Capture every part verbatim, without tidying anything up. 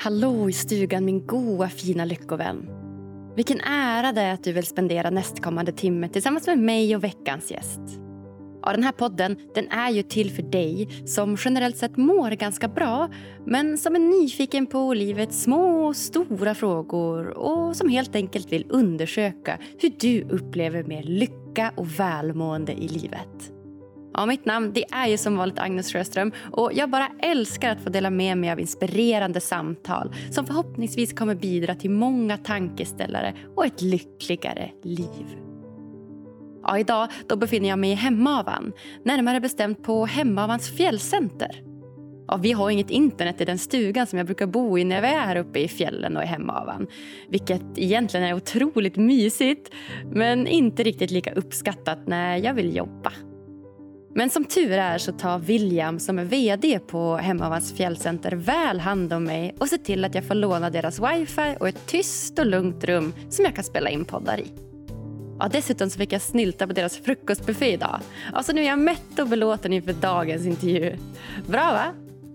Hallå i stugan, min goa fina lyckovän. Vilken ära det är att du vill spendera nästkommande timme tillsammans med mig och veckans gäst. Ja, den här podden, den är ju till för dig som generellt sett mår ganska bra, men som är nyfiken på livets små och stora frågor och som helt enkelt vill undersöka hur du upplever mer lycka och välmående i livet. Ja, mitt namn det är ju som vanligt Agnes Sjöström och jag bara älskar att få dela med mig av inspirerande samtal som förhoppningsvis kommer bidra till många tankeställare och ett lyckligare liv. Ja, idag då befinner jag mig i Hemavan, närmare bestämt på Hemavans fjällcenter. Ja, vi har inget internet i den stugan som jag brukar bo i när vi är här uppe i fjällen och i Hemavan. Vilket egentligen är otroligt mysigt, men inte riktigt lika uppskattat när jag vill jobba. Men som tur är så tar William som är vd på Hemavans fjällcenter väl hand om mig och ser till att jag får låna deras wifi och ett tyst och lugnt rum som jag kan spela in poddar i. Ja, dessutom så fick jag snylta på deras frukostbuffé idag. Alltså nu är jag mätt och belåten inför dagens intervju. Bra va?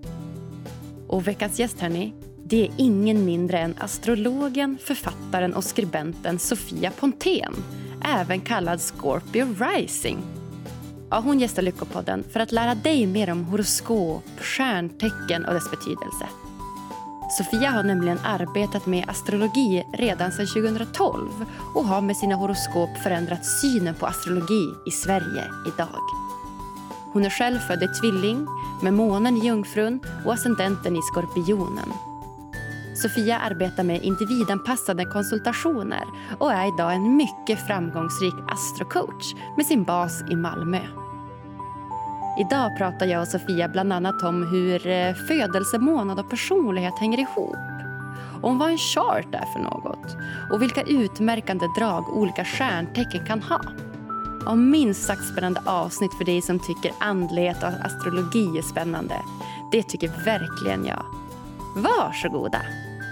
Och veckans gäst hörni, det är ingen mindre än astrologen, författaren och skribenten Sofia Pontén, även kallad Scorpio Rising. Ja, hon gästar Lyckopodden för att lära dig mer om horoskop, stjärntecken och dess betydelse. Sofia har nämligen arbetat med astrologi redan sedan tjugohundratolv och har med sina horoskop förändrat synen på astrologi i Sverige idag. Hon är själv född i tvilling med månen i jungfrun och ascendenten i skorpionen. Sofia arbetar med individanpassade konsultationer och är idag en mycket framgångsrik astrocoach med sin bas i Malmö. Idag pratar jag och Sofia bland annat om hur födelsemånad och personlighet hänger ihop. Om vad en chart är för något och vilka utmärkande drag olika stjärntecken kan ha. Och minst sagt spännande avsnitt för dig som tycker andlighet och astrologi är spännande. Det tycker verkligen jag. Varsågoda!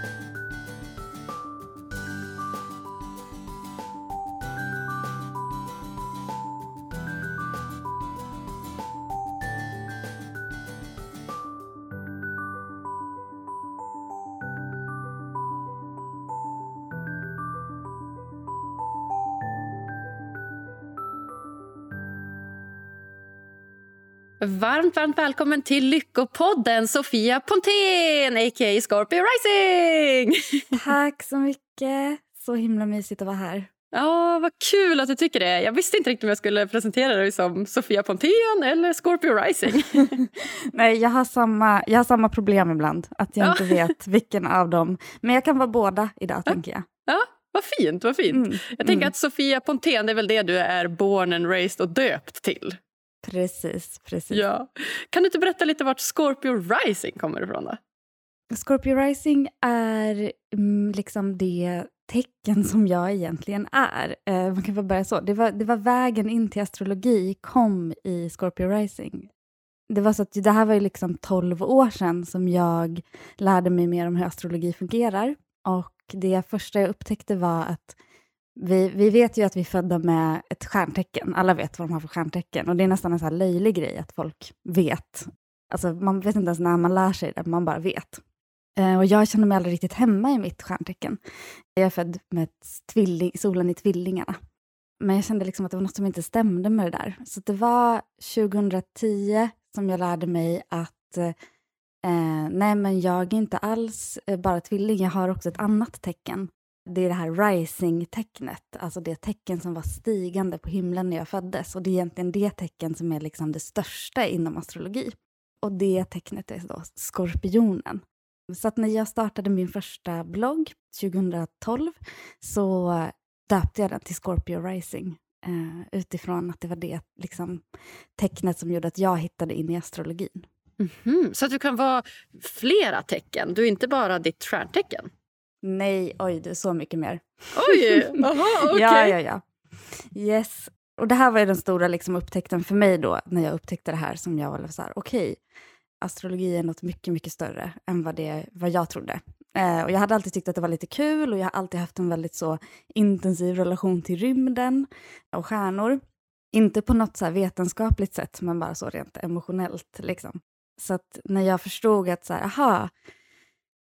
Varmt, varmt välkommen till Lyckopodden, Sofia Pontén, a k a. Scorpio Rising! Tack så mycket. Så himla mysigt att vara här. Ja, vad kul att du tycker det. Jag visste inte riktigt om jag skulle presentera dig som Sofia Pontén eller Scorpio Rising. Nej, jag har, samma, jag har samma problem ibland. Att jag ja. inte vet vilken av dem. Men jag kan vara båda idag, ja. tänker jag. Ja, vad fint, vad fint. Mm. Jag tänker mm. att Sofia Pontén är väl det du är born and raised och döpt till. Precis, precis. Ja. Kan du inte berätta lite vart Scorpio Rising kommer ifrån då? Scorpio Rising är mm, liksom det tecken som jag egentligen är. Eh, man kan väl börja så. Det var, det var vägen in till astrologi kom i Scorpio Rising. Det var så att det här var ju liksom tolv år sedan som jag lärde mig mer om hur astrologi fungerar. Och det första jag upptäckte var att Vi, vi vet ju att vi är födda med ett stjärntecken. Alla vet vad de har för stjärntecken. Och det är nästan en så här löjlig grej att folk vet. Alltså man vet inte ens när man lär sig det. Man bara vet. Eh, och jag känner mig aldrig riktigt hemma i mitt stjärntecken. Jag är född med ett tvilling, solen i tvillingarna. Men jag kände liksom att det var något som inte stämde med det där. Så det var tjugohundratio som jag lärde mig att eh, nej men jag är inte alls bara tvilling. Jag har också ett annat tecken. Det är det här rising-tecknet, alltså det tecken som var stigande på himlen när jag föddes. Och det är egentligen det tecken som är liksom det största inom astrologi. Och det tecknet är då skorpionen. Så att när jag startade min första blogg tjugohundratolv så döpte jag den till Scorpio Rising. Eh, utifrån att det var det liksom, tecknet som gjorde att jag hittade in i astrologin. Mm-hmm. Så att du kan vara flera tecken, du är inte bara ditt stjärntecken? Nej, oj, det är så mycket mer. Oj, aha, okej. Okay. Ja, ja, ja. Yes. Och det här var ju den stora liksom, upptäckten för mig då, när jag upptäckte det här som jag var så här, okej, okay, astrologi är något mycket, mycket större än vad, det, vad jag trodde. Eh, och jag hade alltid tyckt att det var lite kul och jag har alltid haft en väldigt så intensiv relation till rymden och stjärnor. Inte på något så här vetenskapligt sätt, men bara så rent emotionellt liksom. Så att när jag förstod att så här, aha,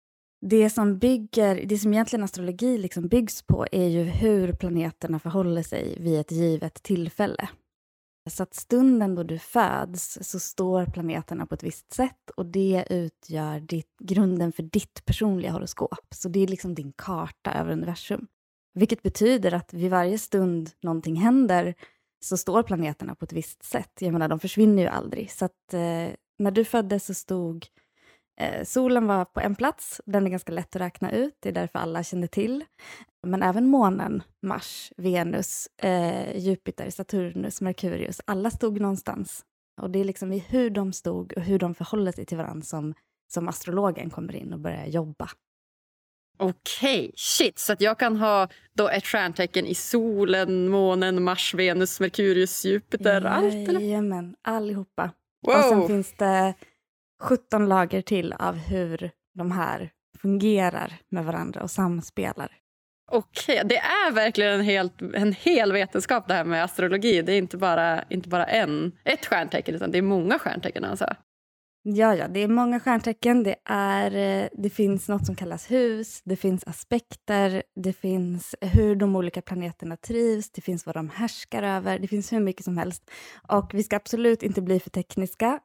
det som bygger, det som egentligen astrologi liksom byggs på är ju hur planeterna förhåller sig vid ett givet tillfälle. Så att stunden då du föds så står planeterna på ett visst sätt och det utgör ditt, grunden för ditt personliga horoskop. Så det är liksom din karta över universum. Vilket betyder att vid varje stund någonting händer så står planeterna på ett visst sätt. Jag menar, de försvinner ju aldrig. Så att eh, när du föddes så stod eh, solen var på en plats. Den är ganska lätt att räkna ut. Det är därför alla känner till. Men även månen, Mars, Venus, eh, Jupiter, Saturnus, Merkurius. Alla stod någonstans. Och det är liksom i hur de stod och hur de förhåller sig till varandra som, som astrologen kommer in och börjar jobba. Okej, okay, shit. Så att jag kan ha då ett stjärntecken i solen, månen, Mars, Venus, Merkurius, Jupiter, ja, allt eller? Jajamän, allihopa. Wow. Och sen finns det sjutton lager till av hur de här fungerar med varandra och samspelar. Okej, okay, det är verkligen en, helt, en hel vetenskap det här med astrologi. Det är inte bara, inte bara en, ett stjärntecken utan det är många stjärntecken alltså. Ja, ja, det är många stjärntecken. Det, är, det finns något som kallas hus, det finns aspekter, det finns hur de olika planeterna trivs, det finns vad de härskar över, det finns hur mycket som helst. Och vi ska absolut inte bli för tekniska.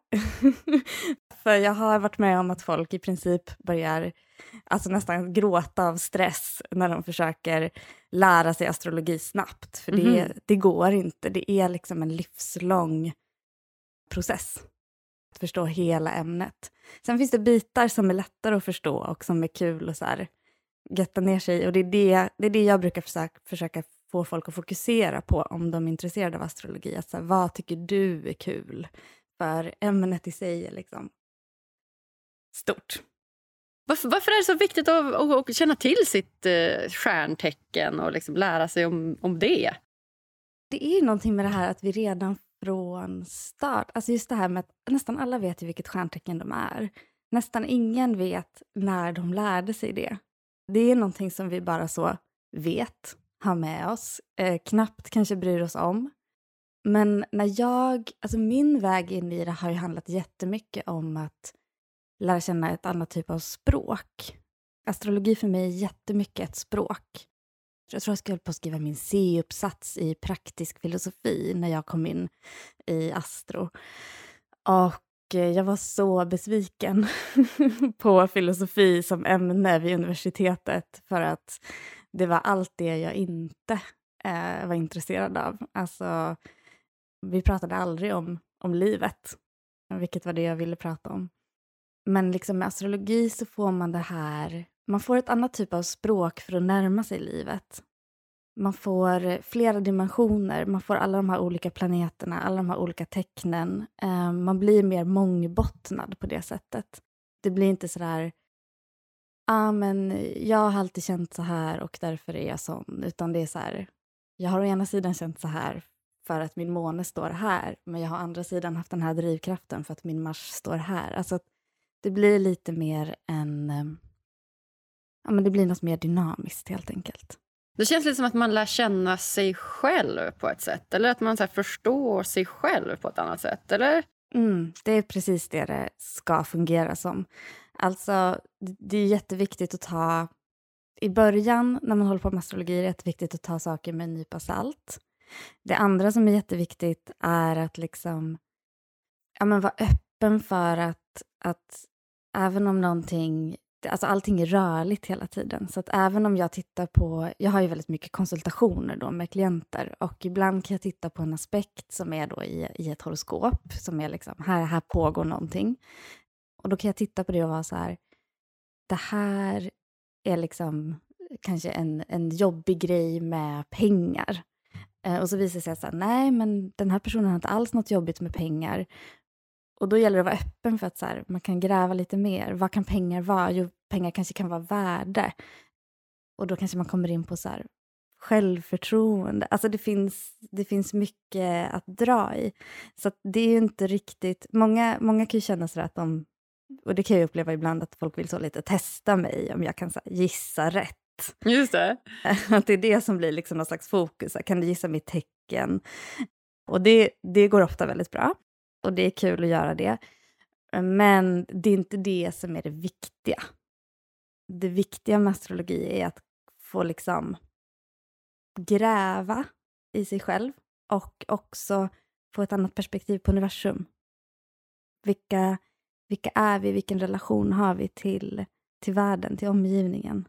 För jag har varit med om att folk i princip börjar alltså nästan gråta av stress när de försöker lära sig astrologi snabbt. För det, mm-hmm. det går inte, det är liksom en livslång process. Att förstå hela ämnet. Sen finns det bitar som är lättare att förstå och som är kul och så här götta ner sig. Och det är det, det, är det jag brukar försöka, försöka få folk att fokusera på om de är intresserade av astrologi. Att så här, vad tycker du är kul? För ämnet i sig är liksom stort. Varför, varför är det så viktigt att, att, att känna till sitt eh, stjärntecken och liksom lära sig om, om det? Det är ju någonting med det här att vi redan från start, alltså just det här med att nästan alla vet ju vilket stjärntecken de är. Nästan ingen vet när de lärde sig det. Det är någonting som vi bara så vet, har med oss, eh, knappt kanske bryr oss om. Men när jag, alltså min väg in i det har ju handlat jättemycket om att lära känna ett annat typ av språk. Astrologi för mig är jättemycket ett språk. Jag tror jag skulle på att skriva min C-uppsats i praktisk filosofi när jag kom in i astro. Och jag var så besviken på filosofi som ämne vid universitetet för att det var allt det jag inte eh, var intresserad av. Alltså, vi pratade aldrig om, om livet, vilket var det jag ville prata om. Men liksom med astrologi så får man det här, man får ett annat typ av språk för att närma sig livet. Man får flera dimensioner, man får alla de här olika planeterna, alla de här olika tecknen. Eh, man blir mer mångbottnad på det sättet. Det blir inte sådär, ja ah, men jag har alltid känt så här och därför är jag sån. Utan det är så här, jag har å ena sidan känt så här för att min måne står här. Men jag har å andra sidan haft den här drivkraften för att min Mars står här. Alltså det blir lite mer en, ja men det blir något mer dynamiskt helt enkelt. Det känns lite som att man lär känna sig själv på ett sätt. Eller att man så här förstår sig själv på ett annat sätt, eller? Mm, det är precis det det ska fungera som. Alltså, det är jätteviktigt att ta... I början, när man håller på med astrologi, är det jätteviktigt att ta saker med en nypa salt. Det andra som är jätteviktigt är att liksom... Ja, men vara öppen för att, att även om någonting... Alltså allting är rörligt hela tiden. Så att även om jag tittar på... Jag har ju väldigt mycket konsultationer då med klienter. Och ibland kan jag titta på en aspekt som är då i, i ett horoskop. Som är liksom, här, här pågår någonting. Och då kan jag titta på det och vara så här... Det här är liksom kanske en, en jobbig grej med pengar. Eh, och så visar det sig så här, nej men den här personen har inte alls något jobbigt med pengar. Och då gäller det att vara öppen för att så här, man kan gräva lite mer. Vad kan pengar vara? Jo, pengar kanske kan vara värde. Och då kanske man kommer in på så här, självförtroende. Alltså det finns, det finns mycket att dra i. Så att det är ju inte riktigt... Många, många kan ju känna så att de... Och det kan jag uppleva ibland att folk vill så lite testa mig om jag kan så här, gissa rätt. Just det. Att det är det som blir liksom någon slags fokus. Kan du gissa mitt tecken? Och det, det går ofta väldigt bra. Och det är kul att göra det. Men det är inte det som är det viktiga. det viktiga med astrologi är att få liksom gräva i sig själv och också få ett annat perspektiv på universum. Vilka, vilka är vi? Vilken relation har vi till, till världen, till omgivningen?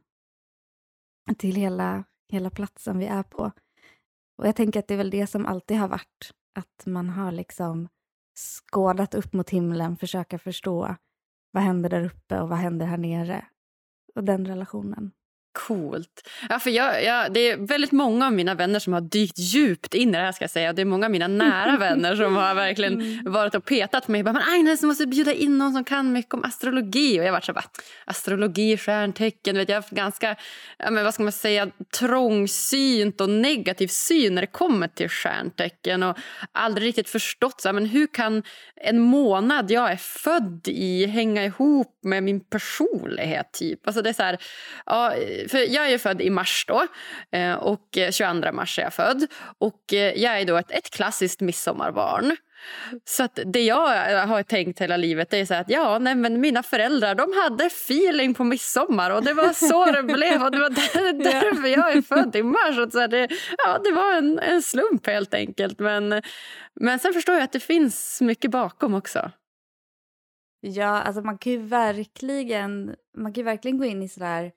Till hela, hela platsen vi är på. Och jag tänker att det är väl det som alltid har varit. Att man har liksom skådat upp mot himlen, försöka förstå vad händer där uppe och vad händer här nere. Och den relationen. Coolt. Ja, för jag, jag, det är väldigt många av mina vänner som har dykt djupt in i det här, ska jag säga. Det är många av mina nära vänner som har verkligen mm. varit och petat mig. Men Agnes, måste bjuda in någon som kan mycket om astrologi. Och jag har varit så bara, astrologi, stjärntecken. Vet, jag har haft ganska, ja, men vad ska man säga, trångsynt och negativ syn när det kommer till stjärntecken. Och aldrig riktigt förstått så här, men hur kan en månad jag är född i hänga ihop med min personlighet typ. Alltså det är så här, ja, för jag är ju född i mars då, och tjugoandra mars är jag född, och jag är då ett, ett klassiskt midsommarbarn. Så att det jag har tänkt hela livet är så att ja, nej, men mina föräldrar, de hade feeling på midsommar och det var så det blev, och det var där, därför jag är född i mars. Och så det, ja, det var en, en slump helt enkelt, men, men sen förstår jag att det finns mycket bakom också. Ja, alltså man kan ju verkligen man kan ju verkligen gå in i sådär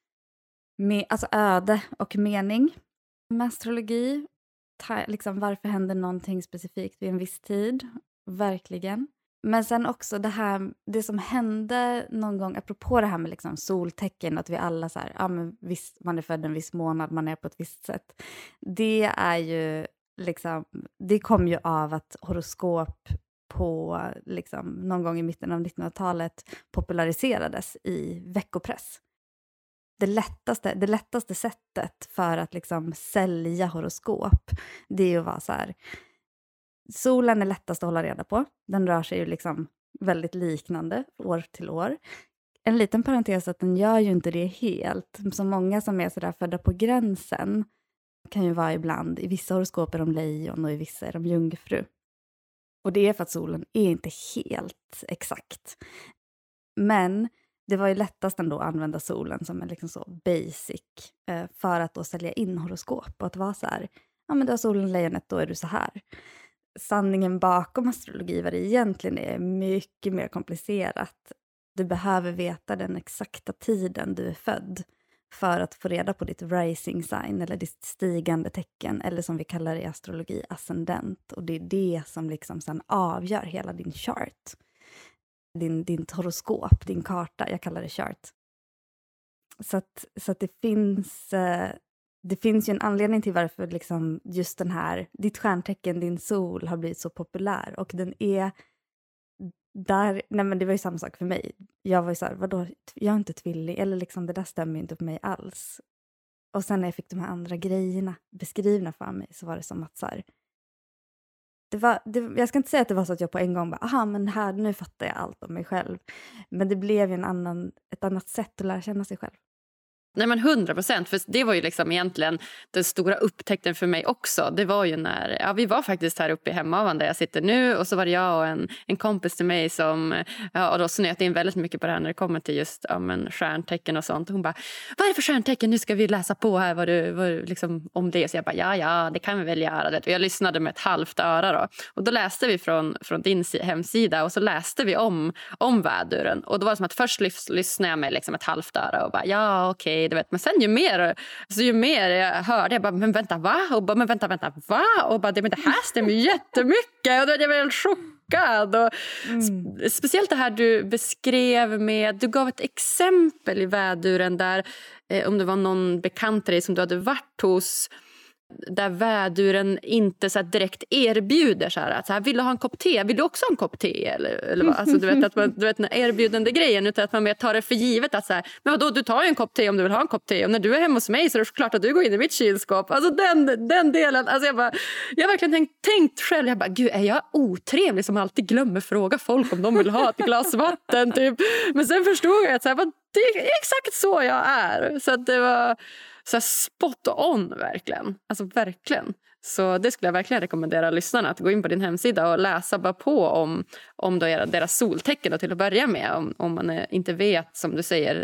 med, alltså öde och mening med astrologi. Ta, liksom, varför händer någonting specifikt vid en viss tid? Verkligen. Men sen också det här, det som hände någon gång, apropå det här med liksom soltecken, att vi alla så här, ja men visst, man är född en viss månad, man är på ett visst sätt. Det är ju liksom, det kom ju av att horoskop på liksom någon gång i mitten av nittonhundratalet populariserades i veckopress. Det lättaste, det lättaste sättet för att liksom sälja horoskop, det är ju att vara så här, solen är lättast att hålla reda på. Den rör sig ju liksom väldigt liknande år till år. En liten parentes att den gör ju inte det helt. Så många som är så där födda på gränsen kan ju vara ibland, i vissa horoskop är de lejon och i vissa är de jungfru. Och det är för att solen är inte helt exakt. Men det var ju lättast ändå att använda solen som en liksom så basic eh, för att då sälja in horoskop. Och att vara så här, ja men du har solen lejonet, då är du så här. Sanningen bakom astrologi, vad det egentligen är, mycket mer komplicerat. Du behöver veta den exakta tiden du är född för att få reda på ditt rising sign eller ditt stigande tecken, eller som vi kallar det i astrologi, ascendent. Och det är det som liksom sen avgör hela din chart. Din, din horoskop, din karta, jag kallar det chart. Så att, så att det finns eh, det finns ju en anledning till varför liksom just den här, ditt stjärntecken, din sol har blivit så populär. Och den är där, nej men det var ju samma sak för mig. Jag var ju så här, vadå, jag är inte tvilling, eller liksom det där stämmer ju inte på mig alls. Och sen när jag fick de här andra grejerna beskrivna för mig, så var det som att så här, det var, det, jag ska inte säga att det var så att jag på en gång bara, aha men här, nu fattar jag allt om mig själv. Men det blev ju en annan, ett annat sätt att lära känna sig själv. Nej men hundra procent, för det var ju liksom egentligen den stora upptäckten för mig också. Det var ju när, ja vi var faktiskt här uppe i Hemavan där jag sitter nu, och så var det jag och en, en kompis till mig som, ja, och då snöt in väldigt mycket på det här när det kommer till just ja, men, stjärntecken och sånt. Och hon bara, vad är det för stjärntecken? Nu ska vi läsa på här vad du, vad du, liksom, om det. Så jag bara, ja ja, det kan vi väl göra. Det. Och jag lyssnade med ett halvt öra då. Och då läste vi från, från din hemsida, och så läste vi om, om väduren. Och då var det som att först lys, lyssnade jag med liksom ett halvt öra och bara, ja okej. Okay. Du vet, men sen ju mer, så ju mer jag hörde, jag bara, men vänta, va? Och bara, men vänta, vänta, va? Och bara, men det här stämmer ju jättemycket. Och då jag var helt chockad. Och mm. Speciellt det här du beskrev med, du gav ett exempel i väduren där, eh, om det var någon bekant till dig som du hade varit hos, där väduren inte så här direkt erbjuder så här, att så här, vill du ha en kopp te? Vill du också ha en kopp te? Eller, eller vad? Alltså, du vet, att man, du vet den erbjudande grejen, utan att man mer tar det för givet att så här, men vadå, du tar ju en kopp te om du vill ha en kopp te, och när du är hemma hos mig så är det klart att du går in i mitt kylskåp. Alltså den, den delen, alltså jag bara, jag har verkligen tänkt, tänkt själv, jag bara, gud är jag otrevlig som alltid glömmer fråga folk om de vill ha ett glas vatten typ. Men sen förstod jag att så här, det är exakt så jag är, så att det var så spot on verkligen. Alltså verkligen. Så det skulle jag verkligen rekommendera lyssnarna att gå in på din hemsida och läsa bara på om, om då era, deras soltecken då, till att börja med. Om, om man inte vet, som du säger,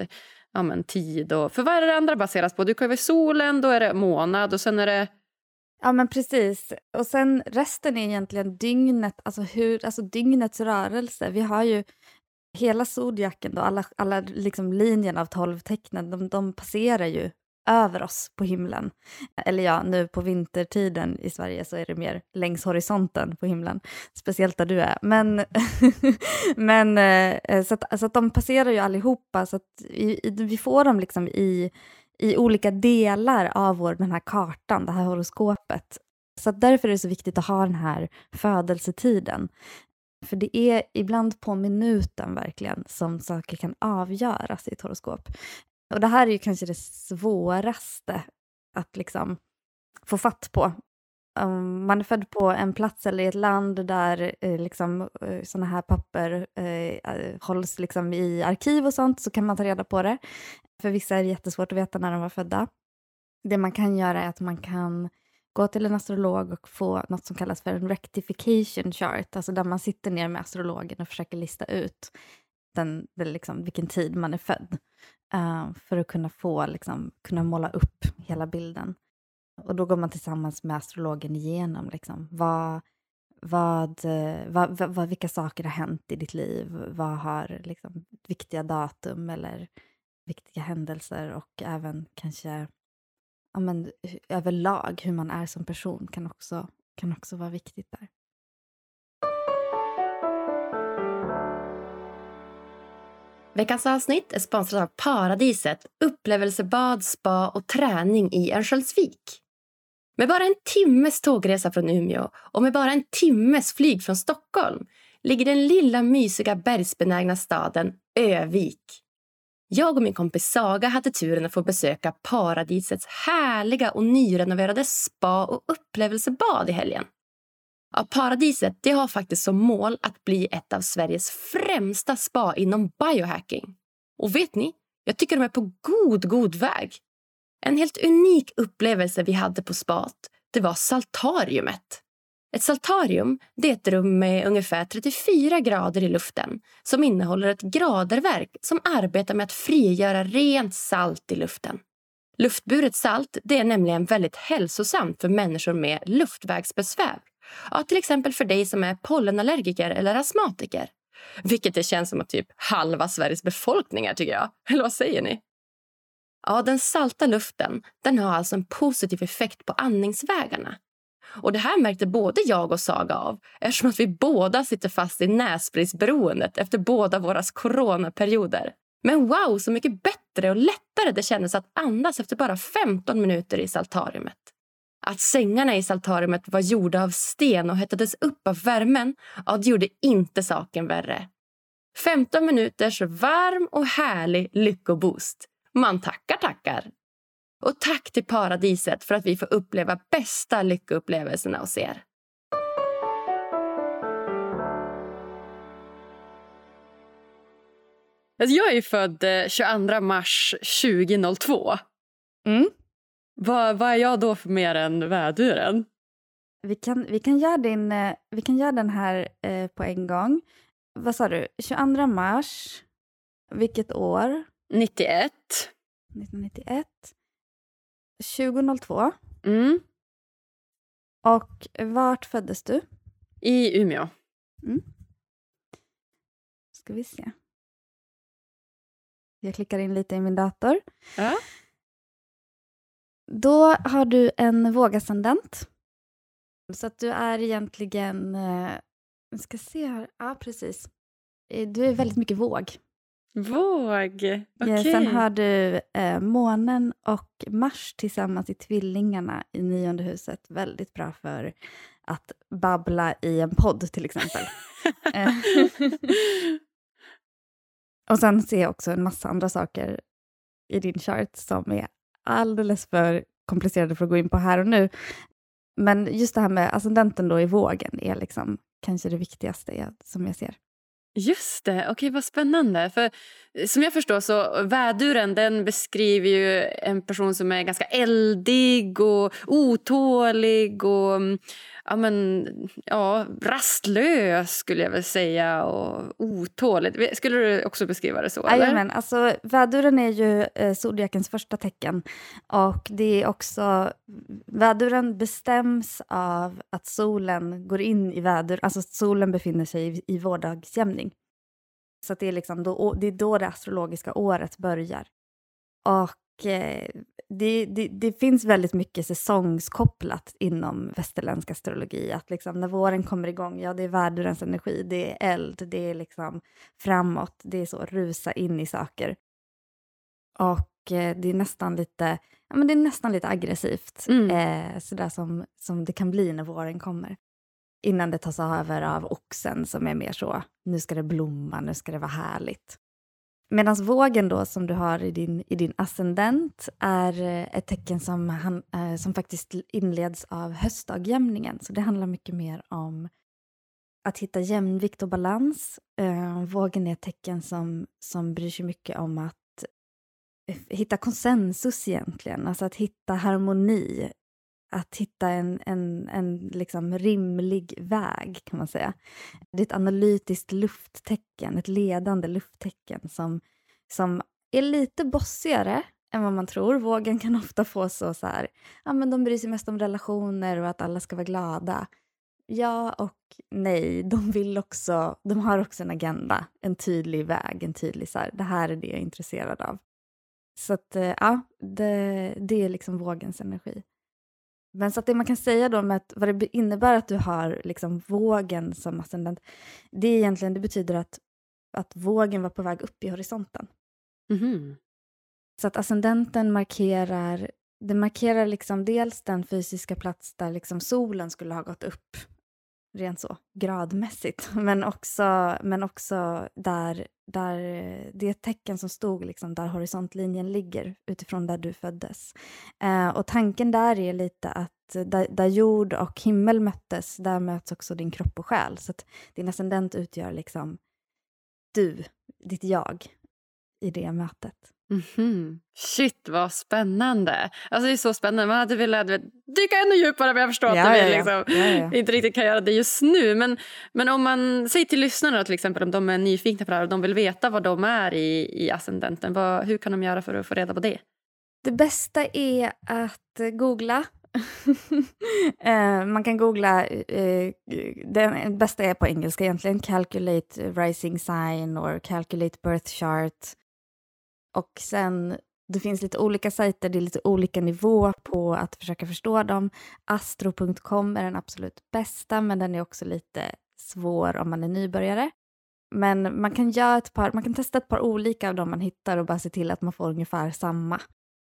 ja, men, tid. Och, för vad är det andra baseras på? Du kan ju vara solen, då är det månad och sen är det... Ja, men precis. Och sen resten är egentligen dygnet, alltså, hur, alltså dygnets rörelse. Vi har ju hela zodiaken då, alla, alla liksom linjen av tolv tecknen, de, de passerar ju över oss på himlen. Eller ja, nu på vintertiden i Sverige så är det mer längs horisonten på himlen. Speciellt där du är. Men, men eh, så, att, så att de passerar ju allihopa, så att i, i, vi får dem liksom i, i olika delar av vår, den här kartan, det här horoskopet. Så att därför är det så viktigt att ha den här födelsetiden. För det är ibland på minuten verkligen som saker kan avgöras i ett horoskop. Och det här är ju kanske det svåraste att liksom få fatt på. Um, man är född på en plats eller i ett land där eh, liksom, eh, såna här papper eh, hålls liksom i arkiv och sånt, så kan man ta reda på det. För vissa är det jättesvårt att veta när de var födda. Det man kan göra är att man kan gå till en astrolog och få något som kallas för en rectification chart. Alltså där man sitter ner med astrologen och försöker lista ut den, den liksom, vilken tid man är född. Uh, för att kunna få, liksom, kunna måla upp hela bilden. Och då går man tillsammans med astrologen igenom liksom, vad, vad, vad, vad, vilka saker har hänt i ditt liv. Vad har liksom, viktiga datum eller viktiga händelser, och även kanske ja, men, överlag hur man är som person kan också, kan också vara viktigt där. Veckans avsnitt är sponsrat av Paradiset, upplevelsebad, spa och träning i Örnsköldsvik. Med bara en timmes tågresa från Umeå och med bara en timmes flyg från Stockholm ligger den lilla mysiga bergsbenägna staden Övik. Jag och min kompis Saga hade turen att få besöka Paradisets härliga och nyrenoverade spa- och upplevelsebad i helgen. Ja, Paradiset det har faktiskt som mål att bli ett av Sveriges främsta spa inom biohacking. Och vet ni, jag tycker de är på god, god väg. En helt unik upplevelse vi hade på spat, det var saltariumet. Ett saltarium det är ett rum med ungefär trettiofyra grader i luften som innehåller ett graderverk som arbetar med att frigöra rent salt i luften. Luftburet salt det är nämligen väldigt hälsosamt för människor med luftvägsbesvär. Ja, till exempel för dig som är pollenallergiker eller astmatiker. Vilket det känns som att typ halva Sveriges befolkning är, tycker jag. Eller vad säger ni? Ja, den salta luften den har alltså en positiv effekt på andningsvägarna. Och det här märkte både jag och Saga av eftersom att vi båda sitter fast i nässpritsberoendet efter båda våra coronaperioder. Men wow, så mycket bättre och lättare det kändes att andas efter bara femton minuter i saltariumet. Att sängarna i saltariumet var gjorda av sten och hettades upp av värmen, ja, det gjorde inte saken värre. femton minuters varm och härlig lyckoboost. Man tackar, tackar. Och tack till Paradiset för att vi får uppleva bästa lyckoupplevelserna hos er. Jag är ju född tjugoandra mars tjugohundratvå. Mm. Vad, vad är jag då för mer än väduren? Vi kan, vi kan göra din, vi kan göra den här eh, på en gång. Vad sa du? tjugoandra mars. Vilket år? nittioett. nittonhundranittioett. tjugohundratvå. Mm. Och vart föddes du? I Umeå. Mm. Ska vi se. Jag klickar in lite i min dator. Ja. Då har du en vågascendent. Så att du är egentligen... Jag ska se här. Ja, precis. Du är väldigt mycket våg. Våg? Okej. Okay. Sen har du eh, månen och Mars tillsammans i tvillingarna i nionde huset. Väldigt bra för att babbla i en podd till exempel. Och sen ser jag också en massa andra saker i din chart som är alldeles för komplicerade för att gå in på här och nu. Men just det här med ascendenten då i vågen är liksom kanske det viktigaste jag, som jag ser. Just det, okej, okay, vad spännande. För som jag förstår så väduren den beskriver ju en person som är ganska eldig och otålig och ja, men, ja, rastlös skulle jag väl säga och otålig. Skulle du också beskriva det så? Eller? Jajamän, alltså väduren är ju eh, zodiakens första tecken och det är också, väduren bestäms av att solen går in i vädur, alltså solen befinner sig i, i vårdagsjämning. Så att det är liksom då, det är då det astrologiska året börjar. Och eh, det, det, det finns väldigt mycket säsongskopplat inom västerländsk astrologi. Att liksom när våren kommer igång, ja det är värdurens energi, det är eld, det är liksom framåt, det är så rusa in i saker. Och eh, det är nästan lite, ja men det är nästan lite aggressivt. Mm. Eh, sådär som, som det kan bli när våren kommer. Innan det tas över av oxen som är mer så, nu ska det blomma, nu ska det vara härligt. Medan vågen då som du har i din, i din ascendent är ett tecken som, han, eh, som faktiskt inleds av höstdagjämningen. Så det handlar mycket mer om att hitta jämvikt och balans. Eh, vågen är ett tecken som, som bryr sig mycket om att hitta konsensus egentligen. Alltså att hitta harmoni. Att hitta en, en, en liksom rimlig väg kan man säga. Det är ett analytiskt lufttecken, ett ledande lufttecken som, som är lite bossigare än vad man tror. Vågen kan ofta få så, så här, ja men de bryr sig mest om relationer och att alla ska vara glada. Ja och nej, de vill också, de har också en agenda, en tydlig väg, en tydlig så här, det här är det jag är intresserad av. Så att ja, det, det är liksom vågens energi. Men så att det man kan säga då med att vad det innebär att du har liksom vågen som ascendent, det är egentligen, det betyder att, att vågen var på väg upp i horisonten. Mm. Så att ascendenten markerar, det markerar liksom dels den fysiska plats där liksom solen skulle ha gått upp, rent så, gradmässigt. Men också, men också där, där det är ett tecken som stod liksom där horisontlinjen ligger utifrån där du föddes. Eh, och tanken där är lite att där, där jord och himmel möttes, där möts också din kropp och själ. Så att din ascendent utgör liksom du, ditt jag, i det mötet. Mm-hmm. Shit, vad spännande. Alltså det är så spännande. Man hade velat dyka ännu djupare, men jag förstår ja, att vi ja, ja. liksom ja, ja. inte riktigt kan göra det just nu. Men, men om man säger till lyssnarna till exempel, om de är nyfikna på det här och de vill veta vad de är i, i ascendenten, vad, hur kan de göra för att få reda på det? Det bästa är att googla. uh, man kan googla, uh, det bästa är på engelska egentligen, calculate rising sign or calculate birth chart. Och sen, det finns lite olika sajter, det är lite olika nivå på att försöka förstå dem. astro punkt com är den absolut bästa, men den är också lite svår om man är nybörjare. Men man kan göra ett par, man kan testa ett par olika av dem man hittar och bara se till att man får ungefär samma.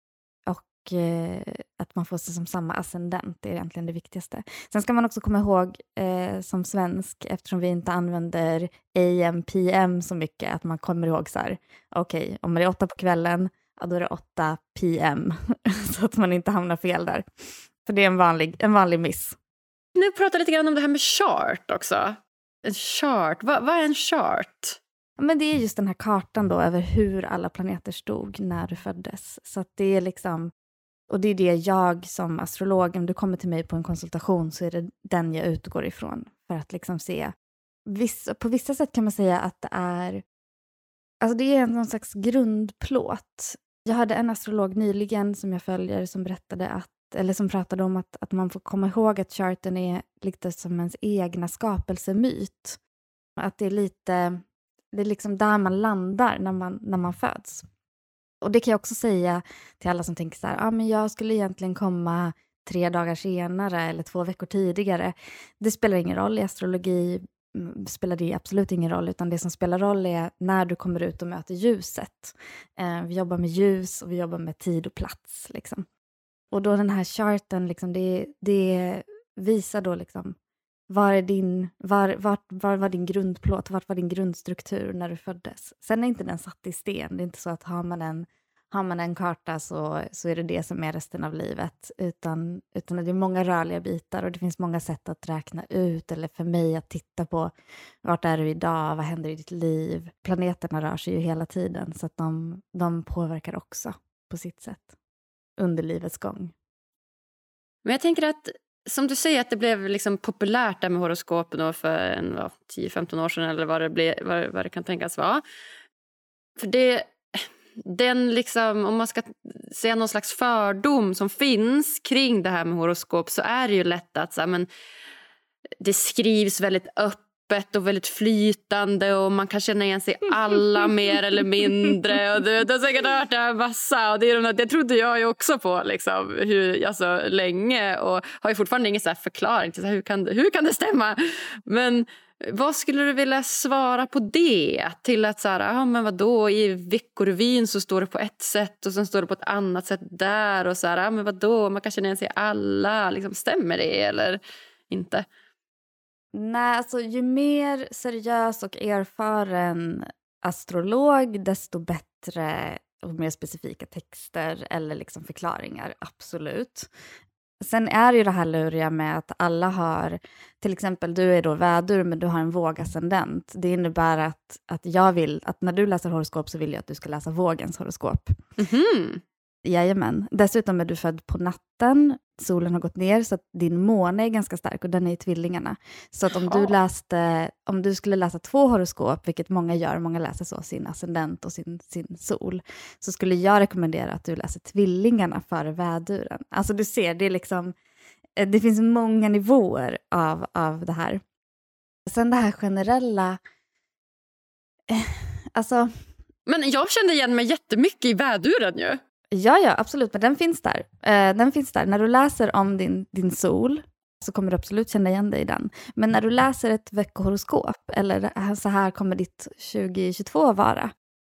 Och eh, att man får sig som samma ascendent, det är egentligen det viktigaste. Sen ska man också komma ihåg eh, som svensk, eftersom vi inte använder A M P M så mycket, att man kommer ihåg så här, okej, okay, om det är åtta på kvällen, ja, då är det åtta P M. Så att man inte hamnar fel där. För det är en vanlig, en vanlig miss. Nu pratar lite grann om det här med chart också. En chart, vad, vad är en chart? Men det är just den här kartan då över hur alla planeter stod när du föddes. Så att det är liksom, och det är det jag som astrolog, om du kommer till mig på en konsultation så är det den jag utgår ifrån. För att liksom se, vissa, på vissa sätt kan man säga att det är, alltså det är någon slags grundplåt. Jag hade en astrolog nyligen som jag följer som berättade att, eller som pratade om att, att man får komma ihåg att charten är lite som ens egna skapelsemyt. Att det är lite, det är liksom där man landar när man, när man föds. Och det kan jag också säga till alla som tänker så här, ah, men jag skulle egentligen komma tre dagar senare eller två veckor tidigare. Det spelar ingen roll i astrologi, spelar det absolut ingen roll, utan det som spelar roll är när du kommer ut och möter ljuset. Eh, vi jobbar med ljus och vi jobbar med tid och plats liksom. Och då den här charten liksom, det, det visar då liksom var är din, var, var, var var din grundplåt, vart var din grundstruktur när du föddes. Sen är inte den satt i sten, det är inte så att har man en, har man en karta så, så är det det som är resten av livet. Utan, utan det är många rörliga bitar och det finns många sätt att räkna ut, eller för mig att titta på vart är du idag, vad händer i ditt liv. Planeterna rör sig ju hela tiden så att de, de påverkar också på sitt sätt under livets gång. Men jag tänker att som du säger att det blev liksom populärt där med horoskopen då för en, vad, tio femton år sedan eller vad det, ble, vad, vad det kan tänkas vara. För det, den liksom, om man ska säga någon slags fördom som finns kring det här med horoskop, så är det ju lätt att så här, men det skrivs väldigt öppet och väldigt flytande och man kan känna igen sig alla mer eller mindre, och du, du har säkert hört det här massa, och det, är de, det trodde jag ju också på liksom, hur, alltså, länge, och har ju fortfarande ingen så här förklaring till så här, hur, kan, hur kan det stämma, men vad skulle du vilja svara på det? Till att så här, ah, men vadå, i Veckorevyn så står det på ett sätt och sen står det på ett annat sätt där, och så här, ah, men vadå, man kan känna igen sig alla, liksom, stämmer det eller inte? Nej, alltså ju mer seriös och erfaren astrolog, desto bättre och mer specifika texter eller liksom förklaringar, absolut. Sen är det ju det här luriga med att alla har, till exempel du är då vädur men du har en vågascendent. Det innebär att, att jag vill, att när du läser horoskop så vill jag att du ska läsa vågens horoskop. Mhm. Jajamän. Dessutom är du född på natten, solen har gått ner så att din måne är ganska stark och den är i tvillingarna. Så att om du läste, om du skulle läsa två horoskop, vilket många gör, många läser så, sin ascendent och sin, sin sol, så skulle jag rekommendera att du läser tvillingarna före väduren. Alltså du ser, det är liksom, det finns många nivåer av, av det här. Sen det här generella, eh, alltså... Men jag kände igen mig jättemycket i väduren ju. Ja, ja, absolut. Men den finns där. Eh, den finns där. När du läser om din, din sol så kommer du absolut känna igen dig i den. Men när du läser ett veckohoroskop, eller så här kommer ditt tjugo tjugotvå vara,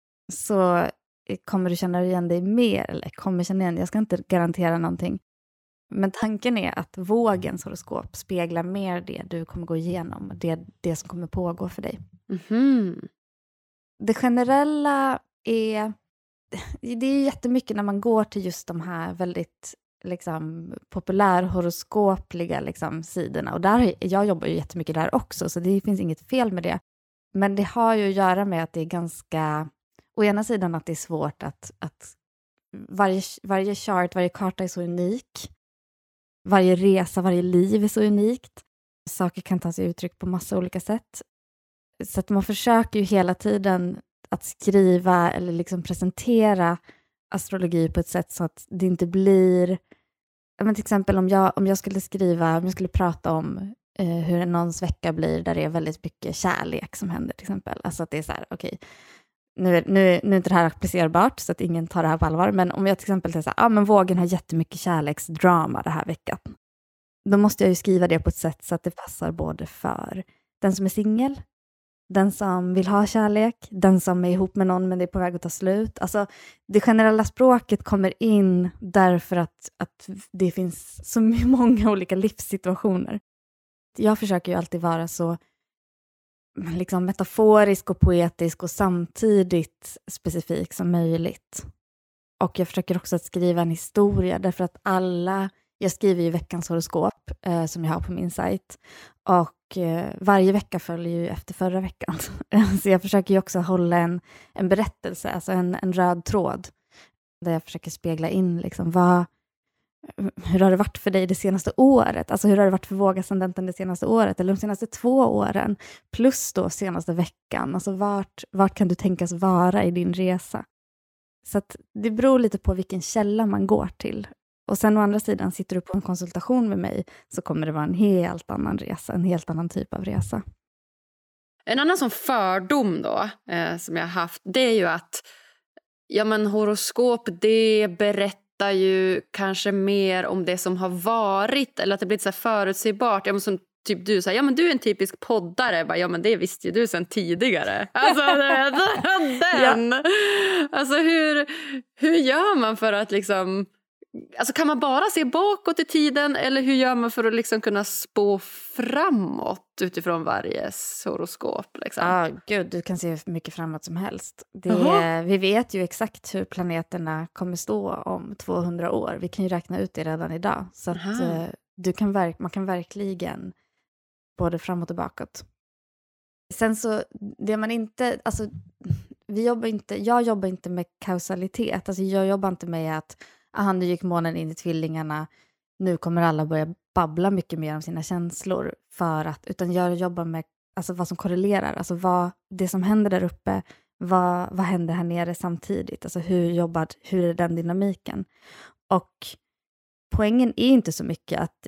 så kommer du känna igen dig mer. Eller kommer känna igen, jag ska inte garantera någonting. Men tanken är att vågens horoskop speglar mer det du kommer gå igenom. Det, det som kommer pågå för dig. Mm-hmm. Det generella är... Det är jättemycket när man går till just de här väldigt liksom, populärhoroskopliga liksom, sidorna. Och där, jag jobbar ju jättemycket där också, så det finns inget fel med det. Men det har ju att göra med att det är ganska... Å ena sidan att det är svårt att... att varje, varje chart, varje karta är så unik. Varje resa, varje liv är så unikt. Saker kan ta sig uttryck på massa olika sätt. Så att man försöker ju hela tiden... att skriva eller liksom presentera astrologi på ett sätt så att det inte blir... Men till exempel om jag, om jag skulle skriva, om jag skulle prata om eh, hur någons vecka blir där det är väldigt mycket kärlek som händer till exempel. Alltså att det är så här, okej, okay, nu, är, nu, nu är inte det här applicerbart så att ingen tar det här på allvar. Men om jag till exempel säger så här, ja ah, men vågen har jättemycket kärleksdrama det här veckan. Då måste jag ju skriva det på ett sätt så att det passar både för den som är singel, den som vill ha kärlek, den som är ihop med någon men det är på väg att ta slut. Alltså det generella språket kommer in därför att, att det finns så många olika livssituationer. Jag försöker ju alltid vara så liksom metaforisk och poetisk och samtidigt specifik som möjligt. Och jag försöker också att skriva en historia därför att alla, jag skriver ju veckans horoskop eh, som jag har på min sajt. Och eh, varje vecka följer ju efter förra veckan. Så jag försöker ju också hålla en, en berättelse, alltså en, en röd tråd. Där jag försöker spegla in liksom vad, hur har det varit för dig det senaste året? Alltså hur har det varit för vågascendenten det senaste året? Eller de senaste två åren? Plus då senaste veckan. Alltså vart, vart kan du tänkas vara i din resa? Så att det beror lite på vilken källa man går till. Och sen å andra sidan, sitter du på en konsultation med mig så kommer det vara en helt annan resa, en helt annan typ av resa. En annan sån fördom då eh, som jag har haft, det är ju att ja, men horoskop, det berättar ju kanske mer om det som har varit, eller att det blir så här förutsägbart. Ja, men som typ du säger, ja men du är en typisk poddare. Bara, ja men det visste ju du sedan tidigare. Alltså den. Ja. Alltså hur, hur gör man för att liksom... Alltså kan man bara se bakåt i tiden eller hur gör man för att liksom kunna spå framåt utifrån varje horoskop? Liksom? Ah, gud, du kan se hur mycket framåt som helst. Det, vi vet ju exakt hur planeterna kommer stå om tvåhundra år. Vi kan ju räkna ut det redan idag. Så att, uh, du kan verk, man kan verkligen både framåt och bakåt. Sen så, det man inte... Alltså, vi jobbar inte jag jobbar inte med kausalitet. Alltså, jag jobbar inte med att aha, nu gick månen in i tvillingarna, nu kommer alla börja babbla mycket mer om sina känslor för att, utan jag jobbar med alltså vad som korrelerar, alltså vad det som händer där uppe, vad, vad händer här nere samtidigt, alltså hur jobbar, hur är den dynamiken? Och poängen är inte så mycket att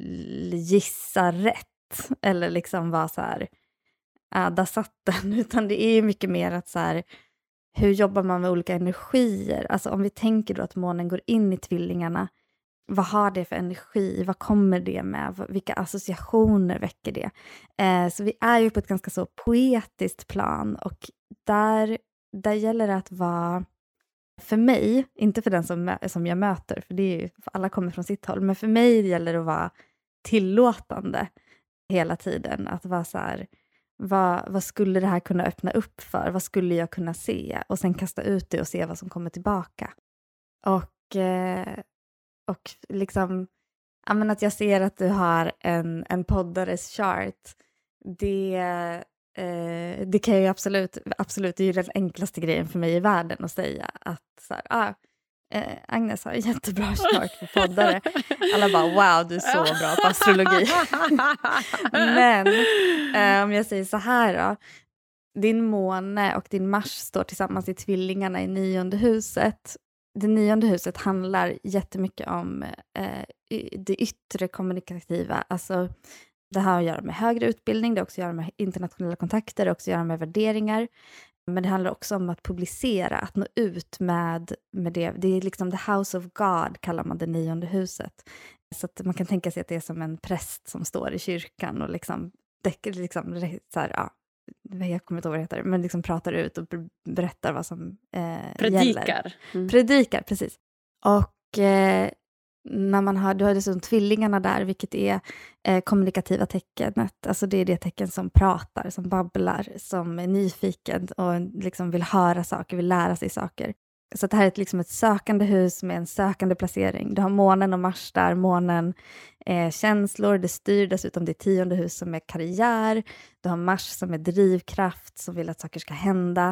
gissa rätt eller liksom vara så här, ja, där satt den, utan det är mycket mer att så här, hur jobbar man med olika energier? Alltså om vi tänker då att månen går in i tvillingarna, vad har det för energi? Vad kommer det med? Vilka associationer väcker det? Eh, så vi är ju på ett ganska så poetiskt plan, och där, där gäller det att vara, för mig, inte för den som, som jag möter, för det är ju, för alla kommer från sitt håll, men för mig gäller det att vara tillåtande hela tiden. Att vara så här, vad, vad skulle det här kunna öppna upp för? Vad skulle jag kunna se? Och sen kasta ut det och se vad som kommer tillbaka. Och, eh, och liksom, ja, men att jag ser att du har en, en poddares chart, det, eh, det kan jag ju absolut, absolut, det är ju den enklaste grejen för mig i världen att säga. Att så här, ah, eh, Agnes har en jättebra chart för poddare. Alla bara, wow, du är så bra på astrologi. Men eh, om jag säger så här då, din måne och din Mars står tillsammans i tvillingarna i nionde huset. Det nionde huset handlar jättemycket om eh, det yttre kommunikativa. Alltså det har att göra med högre utbildning, det har också att göra med internationella kontakter, det har också att göra med värderingar. Men det handlar också om att publicera, att nå ut med, med det. Det är liksom the house of God, kallar man det nionde huset. Så att man kan tänka sig att det är som en präst som står i kyrkan och liksom, liksom så här, ja, jag kommer inte ihåg vad det heter, men liksom pratar ut och berättar vad som eh, Predikar. gäller. Mm. Predikar, precis. Och eh, när man har, du har dessutom tvillingarna där, vilket är eh, kommunikativa tecknet. Alltså det är det tecken som pratar, som babblar, som är nyfiken och liksom vill höra saker, vill lära sig saker. Så det här är ett, liksom ett sökande hus med en sökande placering. Du har månen och Mars där, månen eh, känslor, det styr dessutom det tionde hus som är karriär. Du har Mars som är drivkraft, som vill att saker ska hända.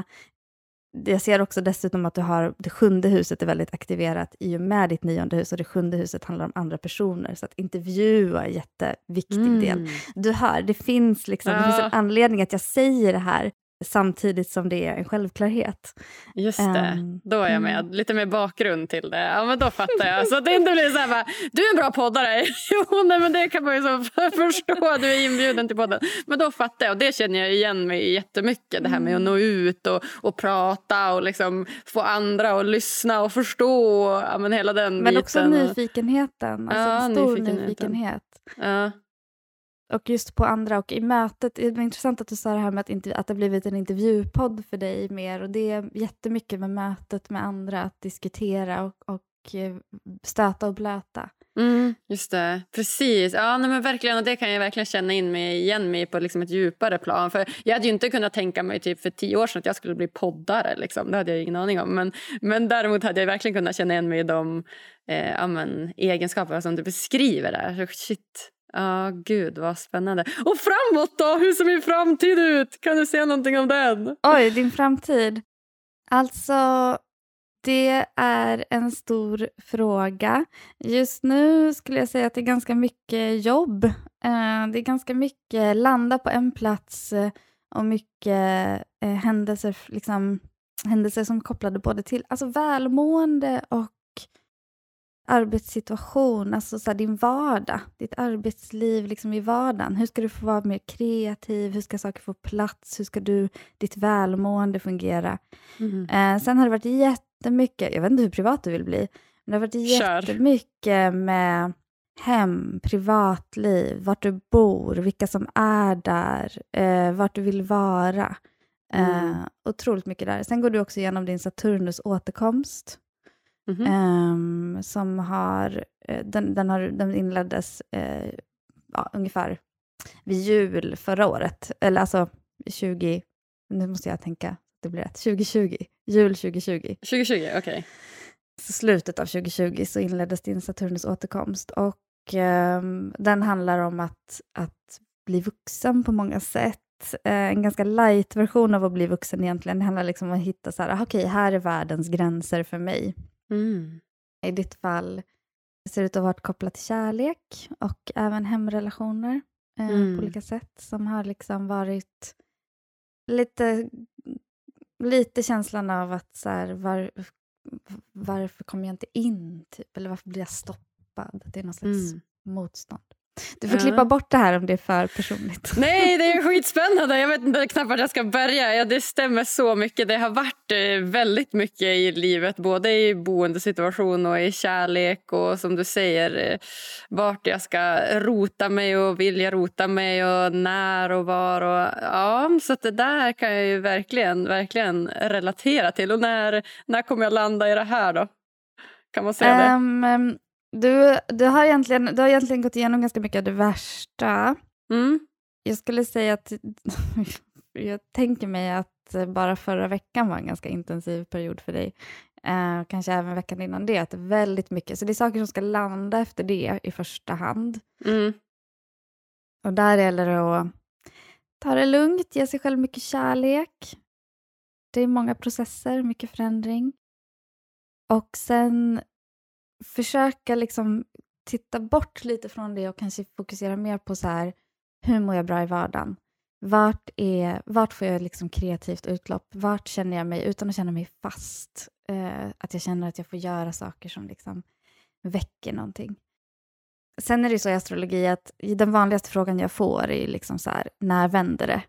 Jag ser också dessutom att du har det sjunde huset är väldigt aktiverat i och med ditt nionde hus, och det sjunde huset handlar om andra personer, så att intervjua är en jätteviktig mm. del. Du hör, det finns liksom, ja. det finns en anledning att jag säger det här samtidigt som det är en självklarhet. Just det, um, då är jag med. Mm. Lite mer bakgrund till det. Ja, men då fattar jag. Så att det inte blir så här bara, du är en bra poddare. Jo, nej, men det kan man ju så förstå. Du är inbjuden till podden. Men då fattar jag, och det känner jag igen mig jättemycket. Det här med att nå ut och, och prata och liksom få andra att lyssna och förstå. Ja, men hela den men biten. också nyfikenheten. Alltså ja, stor nyfikenheten. nyfikenhet. Ja. Och just på andra, och i mötet, det var intressant att du sa det här med att, interv- att det blivit en intervjupodd för dig mer, och det är jättemycket med mötet med andra, att diskutera och, och stöta och blöta. Mm, just det, precis. Ja, nej, men verkligen, och det kan jag verkligen känna in mig igen mig på liksom ett djupare plan. För jag hade ju inte kunnat tänka mig typ för tio år sedan att jag skulle bli poddare. Liksom. Det hade jag ingen aning om. Men, men däremot hade jag verkligen kunnat känna igen mig i de eh, ja, men, egenskaper som du beskriver där. Så shit. Ja, oh, gud vad spännande. Och framåt då? Hur ser min framtid ut? Kan du säga någonting om den? Oj, din framtid. Alltså, det är en stor fråga. Just nu skulle jag säga att det är ganska mycket jobb. Eh, det är ganska mycket landa på en plats och mycket eh, händelser, liksom, händelser som är kopplade både till alltså, välmående och arbetssituation, alltså så här, din vardag, ditt arbetsliv liksom i vardagen. Hur ska du få vara mer kreativ? Hur ska saker få plats? Hur ska du, ditt välmående fungera? Mm. Eh, sen har det varit jättemycket, jag vet inte hur privat du vill bli, men det har varit jättemycket med hem, privatliv, vart du bor, vilka som är där, eh, vart du vill vara. Eh, mm. Otroligt mycket där. Sen går du också igenom din Saturnus återkomst. Mm-hmm. Um, som har den, den, har, den inleddes uh, ja, ungefär vid jul förra året, eller alltså tjugo, nu måste jag tänka, det blir rätt, tjugo tjugo, jul tjugo tjugo. tjugo tjugo, okej. Okay. Så slutet av tjugo tjugo så inleddes din Saturnus återkomst, och um, den handlar om att, att bli vuxen på många sätt. En ganska light version av att bli vuxen egentligen. Det handlar liksom om att hitta så här, okej, okay, här är världens gränser för mig. Mm. I ditt fall Det ser ut att ha varit kopplat till kärlek och även hemrelationer eh, Mm. på olika sätt som har liksom varit lite, lite känslan av att så här, var, varför kommer jag inte in typ, eller varför blir jag stoppad? Det är någon slags Mm. motstånd. Du får Ja. klippa bort det här om det är för personligt. Nej, det är skitspännande. Jag vet inte knappt vart jag ska börja. Ja, det stämmer så mycket. Det har varit eh, väldigt mycket i livet. Både i boendesituation och i kärlek. Och som du säger, eh, vart jag ska rota mig och vilja rota mig. Och när och var. Och, ja, så att det där kan jag ju verkligen, verkligen relatera till. Och när, när kommer jag landa i det här då? Kan man säga det? Um, du, du, har egentligen, du har egentligen gått igenom ganska mycket av det värsta. Mm. Jag skulle säga att jag tänker mig att bara förra veckan var en ganska intensiv period för dig. Eh, kanske även veckan innan det. Att det är väldigt mycket. Så det är saker som ska landa efter det i första hand. Mm. Och där gäller det att ta det lugnt, ge sig själv mycket kärlek. Det är många processer, mycket förändring. Och sen försöka liksom titta bort lite från det och kanske fokusera mer på så här, hur mår jag bra i vardagen? Vart, är, vart får jag liksom kreativt utlopp? Vart känner jag mig utan att känna mig fast? Eh, att jag känner att jag får göra saker som liksom väcker någonting. Sen är det så i astrologi att den vanligaste frågan jag får är liksom så här, när vänder det?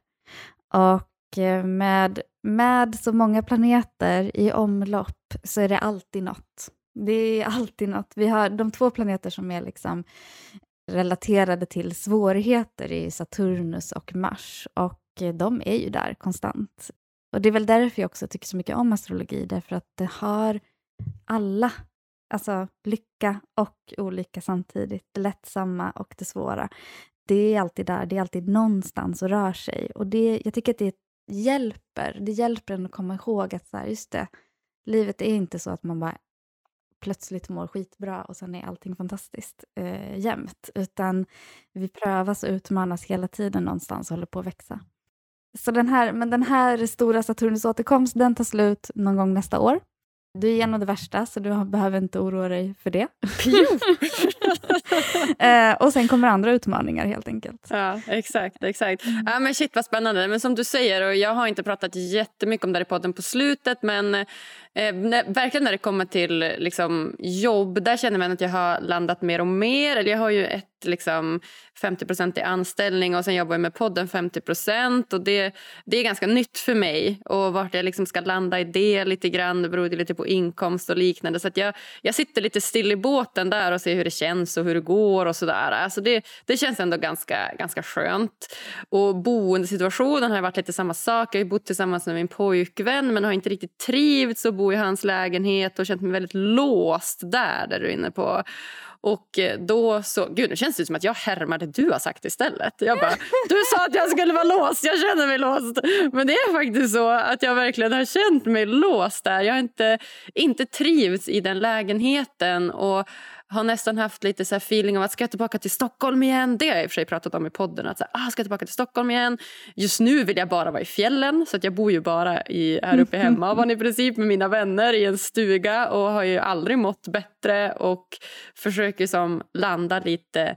Och eh, med, med så många planeter i omlopp så är det alltid något. Det är alltid något. Vi har de två planeter som är liksom relaterade till svårigheter i Saturnus och Mars. Och de är ju där konstant. Och det är väl därför jag också tycker så mycket om astrologi. Därför att det har alla, alltså lycka och olycka samtidigt. Det lättsamma och det svåra. Det är alltid där, det är alltid någonstans och rör sig. Och det, jag tycker att det hjälper. Det hjälper en att komma ihåg att så här, just det, livet är inte så att man bara plötsligt mår skitbra och sen är allting fantastiskt eh, jämt. Utan vi prövas och utmanas hela tiden någonstans och håller på att växa. Så den här, men den här stora Saturnus återkomst, den tar slut någon gång nästa år. Du är igenom det värsta så du behöver inte oroa dig för det. eh, och sen kommer andra utmaningar helt enkelt. Ja, exakt, exakt. Ja, men shit vad spännande. Men som du säger, och jag har inte pratat jättemycket om det här i podden på slutet, men eh, när, verkligen när det kommer till liksom, jobb, där känner man att jag har landat mer och mer. Eller jag har ju ett liksom, femtio procent i anställning och sen jobbar jag med podden femtio procent. Och det, det är ganska nytt för mig. Och vart jag liksom ska landa i det lite grann, det beror lite på inkomst och liknande. Så att jag, jag sitter lite still i båten där och ser hur det känns och hur det går och sådär. Alltså det, det känns ändå ganska, ganska skönt. Och boendesituationen har varit lite samma sak. Jag har ju bott tillsammans med min pojkvän men har inte riktigt trivts att bo i hans lägenhet och känt mig väldigt låst där, där du är inne på. Och då så, gud nu känns det som att jag härmar det du har sagt istället. Jag bara, du sa att jag skulle vara låst, jag känner mig låst. Men det är faktiskt så att jag verkligen har känt mig låst där. Jag har inte, inte trivts i den lägenheten och har nästan haft lite så här feeling av att ska jag tillbaka till Stockholm igen. Det har jag i och för sig pratat om i podden. Att så här, ah, ska jag tillbaka till Stockholm igen? Just nu vill jag bara vara i fjällen. Så att jag bor ju bara i, här uppe hemma. Var i princip med mina vänner i en stuga. Och har ju aldrig mått bättre. Och försöker som landa lite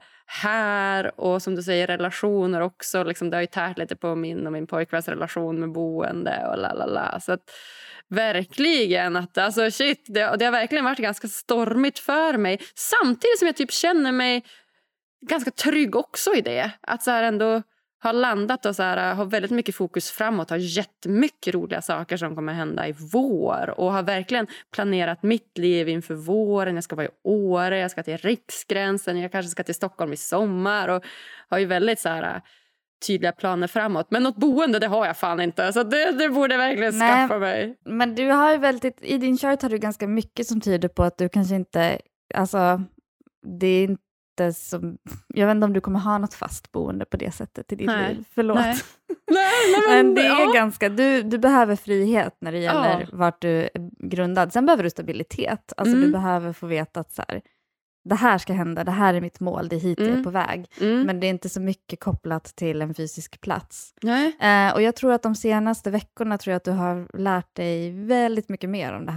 här. Och som du säger relationer också. Liksom, det har ju tärt lite på min och min pojkväns relation med boende. Och lalala. Så att verkligen att alltså shit, det, det har verkligen varit ganska stormigt för mig. Samtidigt som jag typ känner mig ganska trygg också i det. Att så här ändå ha landat och så här, ha väldigt mycket fokus framåt. Har jättemycket roliga saker som kommer hända i vår. Och har verkligen planerat mitt liv inför våren. Jag ska vara i Åre, jag ska till Riksgränsen. Jag kanske ska till Stockholm i sommar. Och har ju väldigt så här tydliga planer framåt. Men något boende, det har jag fan inte. Så det, det borde verkligen Nej, skaffa mig. Men du har ju väldigt, i din chart har du ganska mycket som tyder på att du kanske inte, alltså det är inte som, jag vet inte om du kommer ha något fast boende på det sättet i ditt nej. liv. Förlåt. Nej. nej, nej men, men det är ja. ganska, du, du behöver frihet när det gäller Ja. vart du är grundad. Sen behöver du stabilitet. Alltså Mm. du behöver få veta att så här, det här ska hända, det här är mitt mål, det är hit Mm. jag är på väg. Mm. Men det är inte så mycket kopplat till en fysisk plats. Nej. Eh, och jag tror att de senaste veckorna tror jag att du har lärt dig väldigt mycket mer om det här.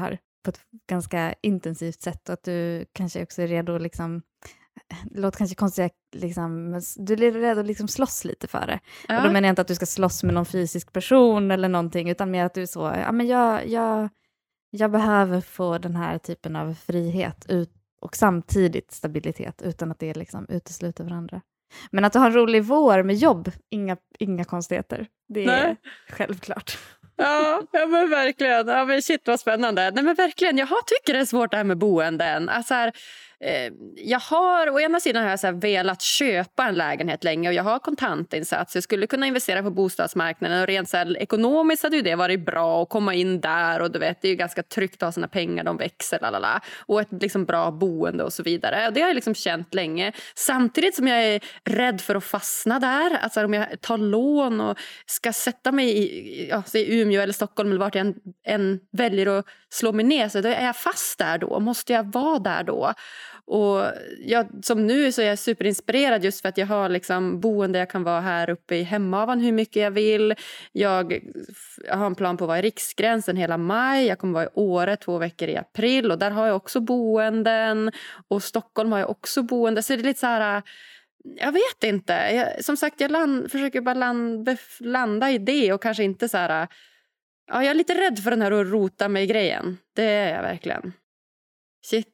på ett ganska intensivt sätt och att du kanske också är redo liksom, det låter kanske konstigt, liksom, du är redo att liksom slåss lite för det. Ja. Och då menar jag inte att du ska slåss med någon fysisk person eller någonting, utan mer att du är så, ja men jag, jag, jag behöver få den här typen av frihet ut, och samtidigt stabilitet utan att det liksom utesluter varandra. Men att du har en rolig vår med jobb, inga, inga konstigheter. Det är Nej. Självklart. Ja, ja men verkligen. Ja, men shit vad spännande. Nej men verkligen, jag tycker det är svårt det här med boenden. Alltså här, eh, jag har, å ena sidan har jag så här velat köpa en lägenhet länge och jag har kontantinsats. Jag skulle kunna investera på bostadsmarknaden och rent så här, ekonomiskt hade ju det varit bra att komma in där och du vet, det är ju ganska tryggt att ha sina pengar, de växer, lalala, och ett liksom bra boende och så vidare. Och det har jag liksom känt länge. Samtidigt som jag är rädd för att fastna där. Alltså om jag tar lån och ska sätta mig i, ja, i Umeå eller Stockholm eller vart jag än, än väljer att slå mig ner, så då är jag fast där då. Måste jag vara där då? Och jag, som nu så är jag superinspirerad just för att jag har liksom boende, jag kan vara här uppe i Hemavan hur mycket jag vill. Jag, jag har en plan på att vara i Riksgränsen hela maj. Jag kommer vara i Åre två veckor i april och där har jag också boenden. Och Stockholm har jag också boende. Så det är lite så här, jag vet inte. Jag, som sagt, jag land, försöker bara land, landa i det och kanske inte så här. Ja, jag är lite rädd för den här att rota med grejen. Det är jag verkligen. Shit.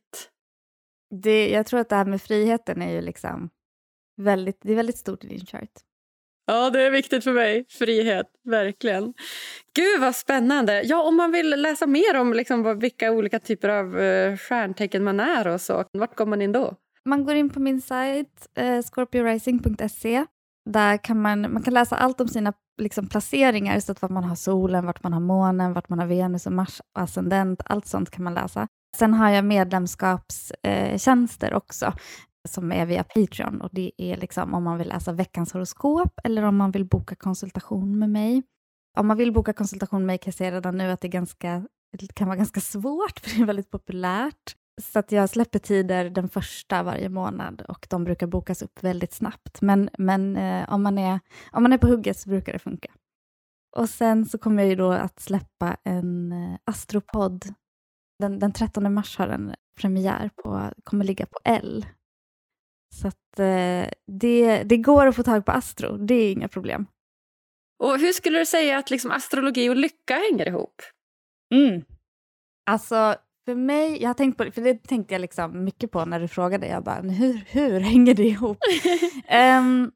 Det, jag tror att det här med friheten är ju liksom väldigt, det är väldigt stort i din chart. Ja, det är viktigt för mig. Frihet, verkligen. Gud vad spännande. Ja, om man vill läsa mer om liksom vilka olika typer av uh, stjärntecken man är och så, vart går man in då? Man går in på min sajt, eh, scorpio rising punkt se. Där kan man, man kan läsa allt om sina liksom, placeringar, så att vart man har solen, vart man har månen, vart man har Venus och Mars och ascendent, allt sånt kan man läsa. Sen har jag medlemskapstjänster eh, också som är via Patreon, och det är liksom om man vill läsa veckans horoskop eller om man vill boka konsultation med mig. Om man vill boka konsultation med mig kan jag säga redan nu att det, är ganska, det kan vara ganska svårt för det är väldigt populärt. Så att jag släpper tider den första varje månad och de brukar bokas upp väldigt snabbt. Men, men eh, om, man är, om man är på hugget så brukar det funka. Och sen så kommer jag ju då att släppa en eh, astropodd. Den, den trettonde mars har den premiär på, kommer ligga på L. Så att eh, det, det går att få tag på astro, det är inga problem. Och hur skulle du säga att liksom astrologi och lycka hänger ihop? Mm. Alltså för mig, jag har tänkt på det, för det tänkte jag liksom mycket på när du frågade. Jag bara, hur, hur hänger det ihop? um,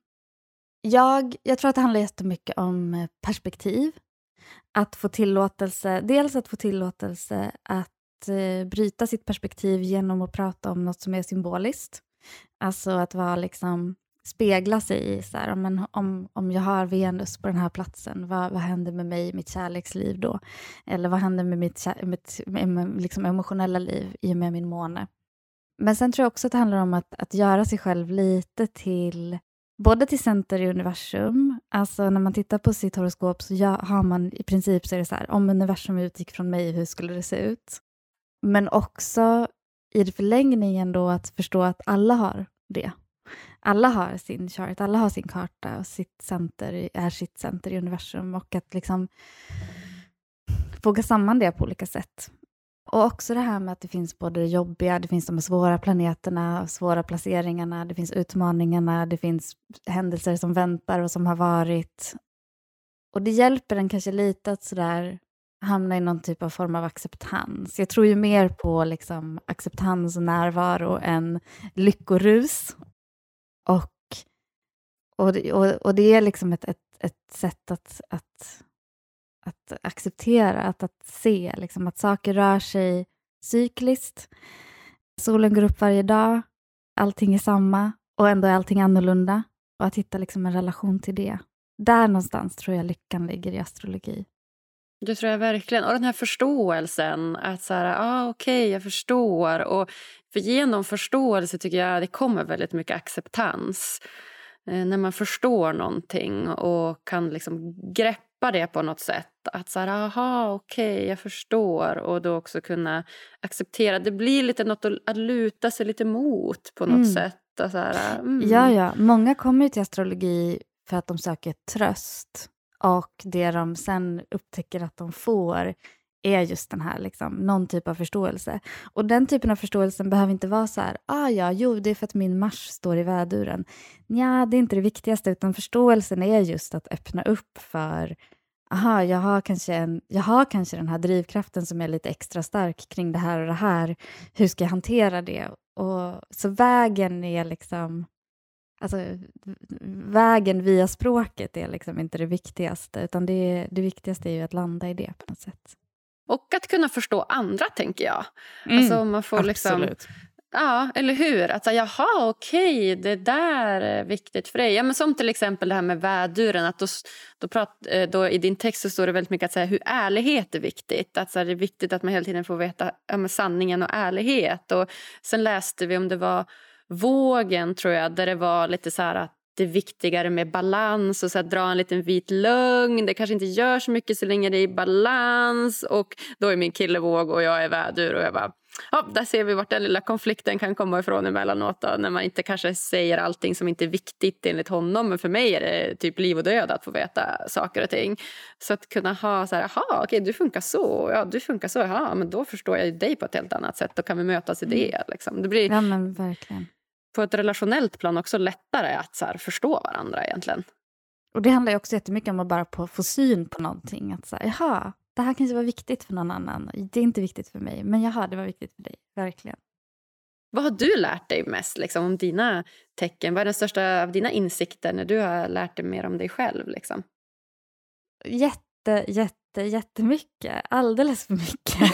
jag, jag tror att det handlar jättemycket om perspektiv. Att få tillåtelse, dels att få tillåtelse att eh, bryta sitt perspektiv genom att prata om något som är symboliskt. Alltså att vara liksom, spegla sig i så här, men om, om jag har Venus på den här platsen, vad, vad händer med mig i mitt kärleksliv då? Eller vad händer med mitt, mitt med, liksom emotionella liv i och med min måne? Men sen tror jag också att det handlar om att, att göra sig själv lite till, både till center i universum. Alltså när man tittar på sitt horoskop så gör, har man i princip så är det så här, om universum utgick från mig, hur skulle det se ut? Men också i förlängningen då att förstå att alla har det. Alla har sin chart, alla har sin karta och sitt center är sitt center i universum, och att liksom foga samman det på olika sätt. Och också det här med att det finns både det jobbiga, det finns de svåra planeterna, svåra placeringarna, det finns utmaningarna, det finns händelser som väntar och som har varit. Och det hjälper en kanske lite att sådär hamna i någon typ av form av acceptans. Jag tror ju mer på liksom acceptans och närvaro än lyckorus. Och, och, och, och det är liksom ett, ett, ett sätt att, att, att acceptera, att, att se liksom att saker rör sig cykliskt. Solen går upp varje dag, allting är samma och ändå är allting annorlunda. Och att hitta liksom en relation till det. Där någonstans tror jag lyckan ligger i astrologi. Det tror jag verkligen. Och den här förståelsen. Att så här, ah, okej, okay, jag förstår. Och för genom förståelse tycker jag det kommer väldigt mycket acceptans. Eh, när man förstår någonting och kan liksom greppa det på något sätt. Att så här, aha, okej, okay, jag förstår. Och då också kunna acceptera. Det blir lite något att, att luta sig lite mot på något mm. sätt. Och så här, mm. Ja, ja. Många kommer ju till astrologi för att de söker tröst. Och det de sen upptäcker att de får är just den här liksom, någon typ av förståelse. Och den typen av förståelse behöver inte vara så här, ah ja, jo, det är för att min Mars står i väduren. Ja, det är inte det viktigaste, utan förståelsen är just att öppna upp för, aha, jag har kanske, en, jag har kanske den här drivkraften som är lite extra stark kring det här och det här. Hur ska jag hantera det? Och så vägen är liksom, alltså vägen via språket är liksom inte det viktigaste, utan det, det viktigaste är ju att landa i det på något sätt. Och att kunna förstå andra, tänker jag. Mm, alltså man får liksom, absolut. ja, eller hur? Att säga, jaha, okej, det där är viktigt för dig. Ja, men som till exempel det här med väduren. Att då, då, prat, då i din text så står det väldigt mycket att säga hur ärlighet är viktigt. Att så här, det är viktigt att man hela tiden får veta ja, med sanningen och ärlighet. Och sen läste vi om det var vågen, tror jag, där det var lite så här att det är viktigare med balans och så här, dra en liten vit lögn. Det kanske inte gör så mycket så länge det är i balans. Och då är min kille våg och jag är vädur. Och jag bara, ja, där ser vi vart den lilla konflikten kan komma ifrån emellanåt. Då, när man inte kanske säger allting som inte är viktigt enligt honom. Men för mig är det typ liv och död att få veta saker och ting. Så att kunna ha så här, jaha, okej, du funkar så. Ja, du funkar så. Ja, men då förstår jag dig på ett helt annat sätt. Då kan vi mötas i det. Liksom. Det blir... Ja, men verkligen. På ett relationellt plan också lättare att så här, förstå varandra egentligen. Och det handlar ju också jättemycket om att bara på, få syn på någonting. Att säga, jaha, det här kanske var viktigt för någon annan. Det är inte viktigt för mig, men jaha, det var viktigt för dig. Verkligen. Vad har du lärt dig mest liksom, om dina tecken? Vad är den största av dina insikter när du har lärt dig mer om dig själv? Liksom? Jätte, jätte, jättemycket. Alldeles för mycket.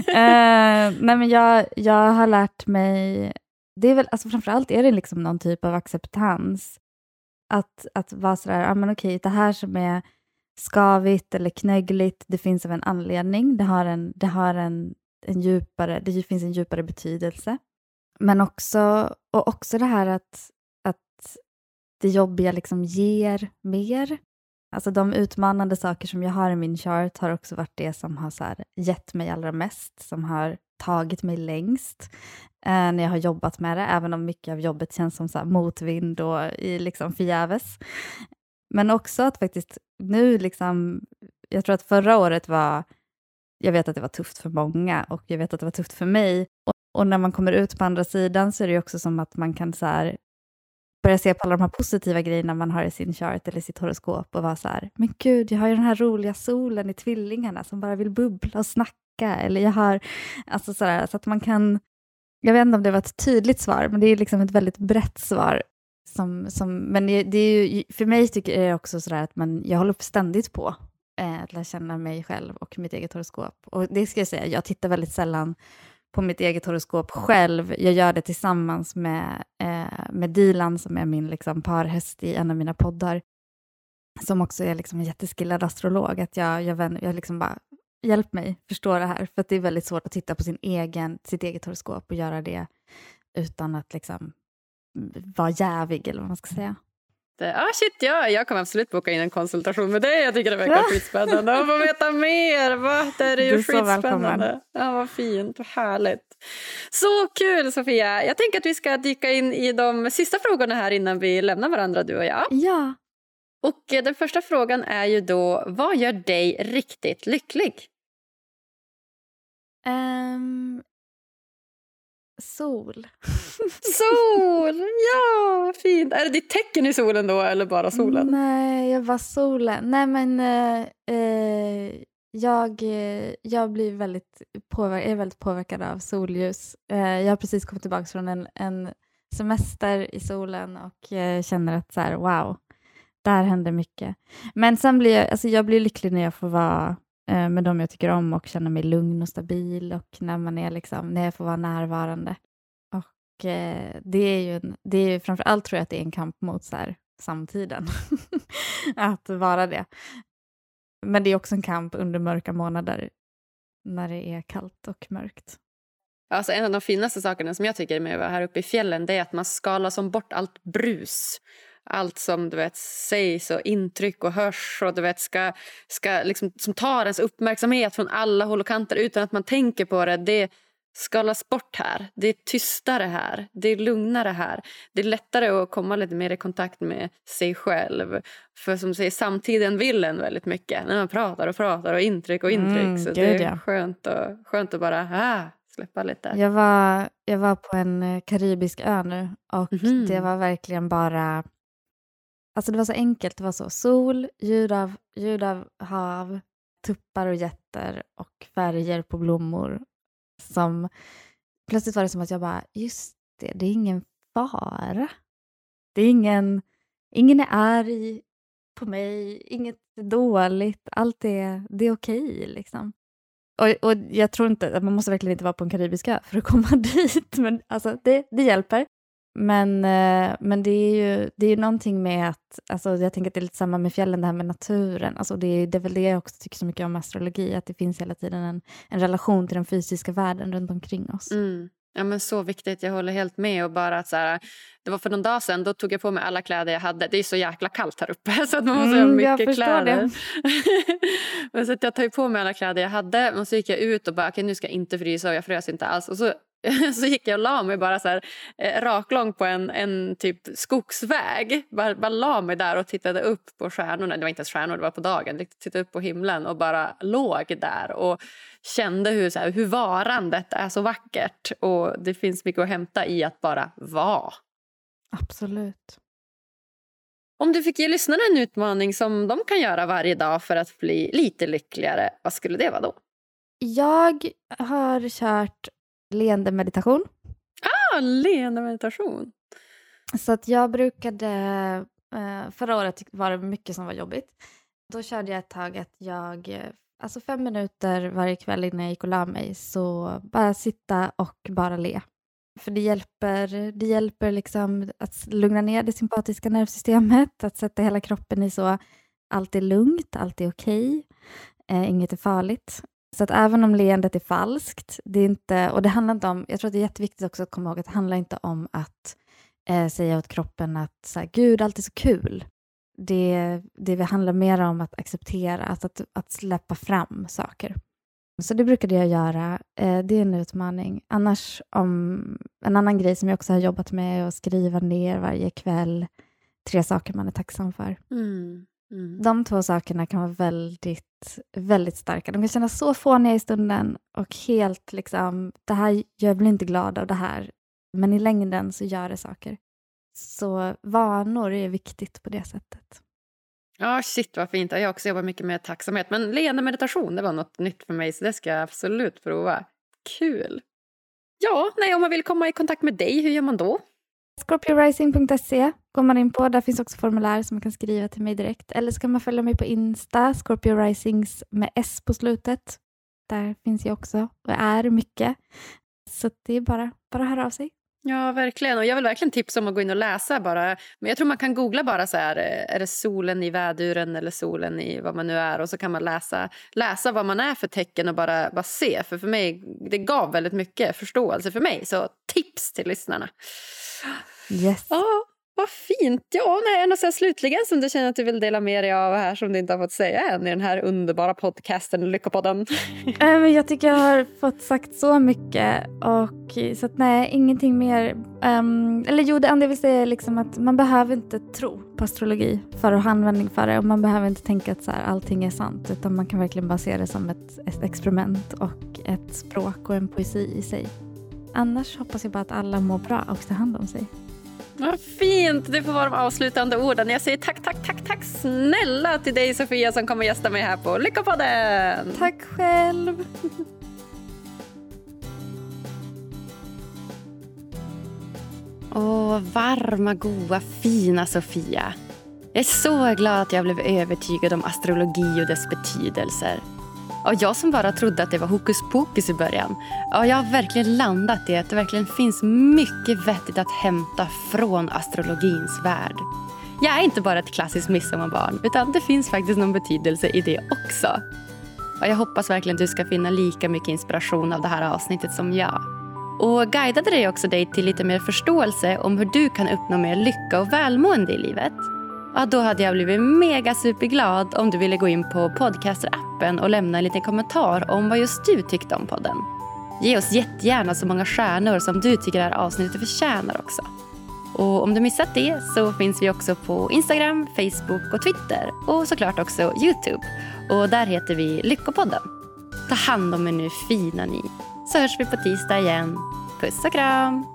uh, nej, men jag, jag har lärt mig... Det är väl, alltså framförallt är det liksom någon typ av acceptans. Att, att vara sådär, ja ah, men okej, det här som är skavigt eller knöggligt, det finns av en anledning. Det har en, det har en, en djupare, det finns en djupare betydelse. Men också, och också det här att, att det jobbiga liksom ger mer. Alltså de utmanande saker som jag har i min chart har också varit det som har så här gett mig allra mest, som har tagit mig längst eh, när jag har jobbat med det, även om mycket av jobbet känns som så här motvind och i liksom förgäves. Men också att faktiskt nu liksom, jag tror att förra året var, jag vet att det var tufft för många och jag vet att det var tufft för mig. Och, och när man kommer ut på andra sidan så är det också som att man kan så här börja se på alla de här positiva grejerna man har i sin chart eller sitt horoskop och vara så här, men gud, jag har ju den här roliga solen i tvillingarna som bara vill bubbla och snacka, eller jag har, alltså så där, så att man kan, jag vet inte om det var ett tydligt svar, men det är liksom ett väldigt brett svar som, som men det, det är ju, för mig tycker jag också så där att man, jag håller ständigt på eh, att lära känna mig själv och mitt eget horoskop, och det ska jag säga, jag tittar väldigt sällan på mitt eget horoskop själv. Jag gör det tillsammans med, eh, med Dilan som är min liksom, parhäst i en av mina poddar. Som också är liksom, en jätteskillad astrolog. Att jag, jag, jag liksom bara, hjälp mig förstå det här. För att det är väldigt svårt att titta på sin egen, sitt eget horoskop och göra det utan att liksom, vara jävig eller vad man ska säga. Ah, shit, ja, jag kan absolut boka in en konsultation med dig. Jag tycker det verkar skitspännande. Och få veta mer. Va? Det är ju skitspännande. Ja, vad fint. Vad härligt. Så kul, Sofia. Jag tänker att vi ska dyka in i de sista frågorna här innan vi lämnar varandra, du och jag. Ja. Och den första frågan är ju då, vad gör dig riktigt lycklig? Um... Sol. Sol, ja, fint. Är det ditt tecken i solen då eller bara solen? Nej, jag var solen. Nej, men eh, eh, jag, jag blir väldigt, påver- är väldigt påverkad av solljus. Eh, jag har precis kommit tillbaka från en, en semester i solen och eh, känner att så här, wow, där händer mycket. Men sen blir jag, alltså jag blir lycklig när jag får vara med dem jag tycker om och känna mig lugn och stabil, och när man är liksom, när jag får vara närvarande. Och eh, det är ju en, det är framförallt, tror jag att det är en kamp mot så här, samtiden att vara det. Men det är också en kamp under mörka månader när det är kallt och mörkt. Alltså en av de finaste sakerna som jag tycker med att vara här uppe i fjällen, det är att man skalar som bort allt brus. Allt som du vet sägs och intryck och hörs och du vet ska, ska liksom, som tar ens uppmärksamhet från alla håll och kanter utan att man tänker på det. Det skalas bort här. Det är tystare här. Det är lugnare här. Det är lättare att komma lite mer i kontakt med sig själv. För som säger, samtiden vill en väldigt mycket. När man pratar och pratar och intryck och intryck. Mm, så gud, det är ja. skönt, och, skönt att bara ah, släppa lite. Jag var, jag var på en karibisk ö nu. Och Mhm. det var verkligen bara... Alltså det var så enkelt. Det var så sol, ljud av, ljud av hav, tuppar och jätter och färger på blommor. Som plötsligt var det som att jag bara, just det, det är ingen fara. Det är ingen, ingen är arg på mig, inget är dåligt, allt är, det är okej liksom. Och, och jag tror inte, man måste verkligen inte vara på en karibisk ö för att komma dit, men alltså det, det hjälper. Men, eh, men det är ju det är ju någonting med att, alltså jag tänker att det är lite samma med fjällen, det här med naturen. Alltså det, är, det är väl det jag också tycker så mycket om astrologi, att det finns hela tiden en, en relation till den fysiska världen runt omkring oss. Mm. Ja, men så viktigt, jag håller helt med. Och bara att så här, det var för någon dag sedan, då tog jag på mig alla kläder jag hade. Det är så jäkla kallt här uppe så att man måste Mm, ha jag mycket förstår kläder. det. Men så att jag tar ju på mig alla kläder jag hade. Och så gick jag ut och bara, okej, okay, nu ska jag inte frysa, och jag frös inte alls. Och så så gick jag och la mig bara så här eh, raklång på en, en typ skogsväg. Bara, bara la mig där och tittade upp på stjärnorna. Det var inte ens stjärnor, det var på dagen. Jag tittade upp på himlen och bara låg där och kände hur, så här, hur varandet är så vackert. Och det finns mycket att hämta i att bara vara. Absolut. Om du fick ge lyssnarna en utmaning som de kan göra varje dag för att bli lite lyckligare, vad skulle det vara då? Jag har kört leende meditation. Ah, leende meditation. Så att jag brukade, eh, förra året var det mycket som var jobbigt. Då körde jag ett tag att jag, eh, alltså fem minuter varje kväll innan jag gick och la mig, så bara sitta och bara le. För det hjälper, det hjälper liksom att lugna ner det sympatiska nervsystemet, att sätta hela kroppen i så, allt är lugnt, allt är okej, eh, inget är farligt. Så att även om leendet är falskt, det är inte, och det handlar inte om, jag tror att det är jätteviktigt också att komma ihåg att det handlar inte om att eh, säga åt kroppen att så här, gud, allt är så kul. Det, det handlar mer om att acceptera, att, att, att släppa fram saker. Så det brukade jag göra, eh, det är en utmaning. Annars, om en annan grej som jag också har jobbat med är att skriva ner varje kväll tre saker man är tacksam för. Mm. Mm. De två sakerna kan vara väldigt, väldigt starka. De kan kännas så fåniga i stunden och helt liksom, det här gör mig inte glad av det här. Men i längden så gör det saker. Så vanor är viktigt på det sättet. Ja, shit vad fint. Jag har också jobbat mycket med tacksamhet. Men leende meditation, det var något nytt för mig, så det ska jag absolut prova. Kul! Ja, nej, om man vill komma i kontakt med dig, hur gör man då? scorpio rising punkt se går man in på. Där finns också formulär som man kan skriva till mig direkt. Eller så kan man följa mig på Insta, Scorpio Risings med S på slutet. Där finns jag också och är mycket. Så det är bara, bara att höra av sig. Ja, verkligen. Och jag vill verkligen tipsa om att gå in och läsa bara. Men jag tror man kan googla bara så här, är det solen i väduren eller solen i vad man nu är? Och så kan man läsa, läsa vad man är för tecken och bara, bara se. För för mig, det gav väldigt mycket förståelse för mig. Så tips till lyssnarna. Yes. Ja, vad fint. Ja, nej, och så här, slutligen som du känner att du vill dela med dig av här som du inte har fått säga än i den här underbara podcasten Lyckopodden. äh, jag tycker jag har fått sagt så mycket och så att nej, ingenting mer. Um, eller jo, det enda jag vill säga är liksom att man behöver inte tro på astrologi för att ha användning för det, och man behöver inte tänka att så här, allting är sant, utan man kan verkligen bara se det som ett, ett experiment och ett språk och en poesi i sig. Annars hoppas jag bara att alla mår bra och tar hand om sig. Vad fint, det får vara de avslutande orden. Jag säger tack, tack, tack, tack snälla till dig Sofia som kommer gästa mig här på Lyckopodden. Tack själv. Åh, varma, goa, fina Sofia. Jag är så glad att jag blev övertygad om astrologi och dess betydelser. Och jag som bara trodde att det var hokus pokus i början. Ja, jag har verkligen landat i att det verkligen finns mycket vettigt att hämta från astrologins värld. Jag är inte bara ett klassiskt midsommarbarn, utan det finns faktiskt någon betydelse i det också. Och jag hoppas verkligen att du ska finna lika mycket inspiration av det här avsnittet som jag. Och guidade det också dig till lite mer förståelse om hur du kan uppnå mer lycka och välmående i livet? Ja, då hade jag blivit mega superglad om du ville gå in på Podcaster-appen och lämna en liten kommentar om vad just du tyckte om podden. Ge oss jättegärna så många stjärnor som du tycker det här avsnittet förtjänar också. Och om du missat det så finns vi också på Instagram, Facebook och Twitter. Och såklart också YouTube. Och där heter vi Lyckopodden. Ta hand om er nu, fina ni. Så hörs vi på tisdag igen. Puss och kram!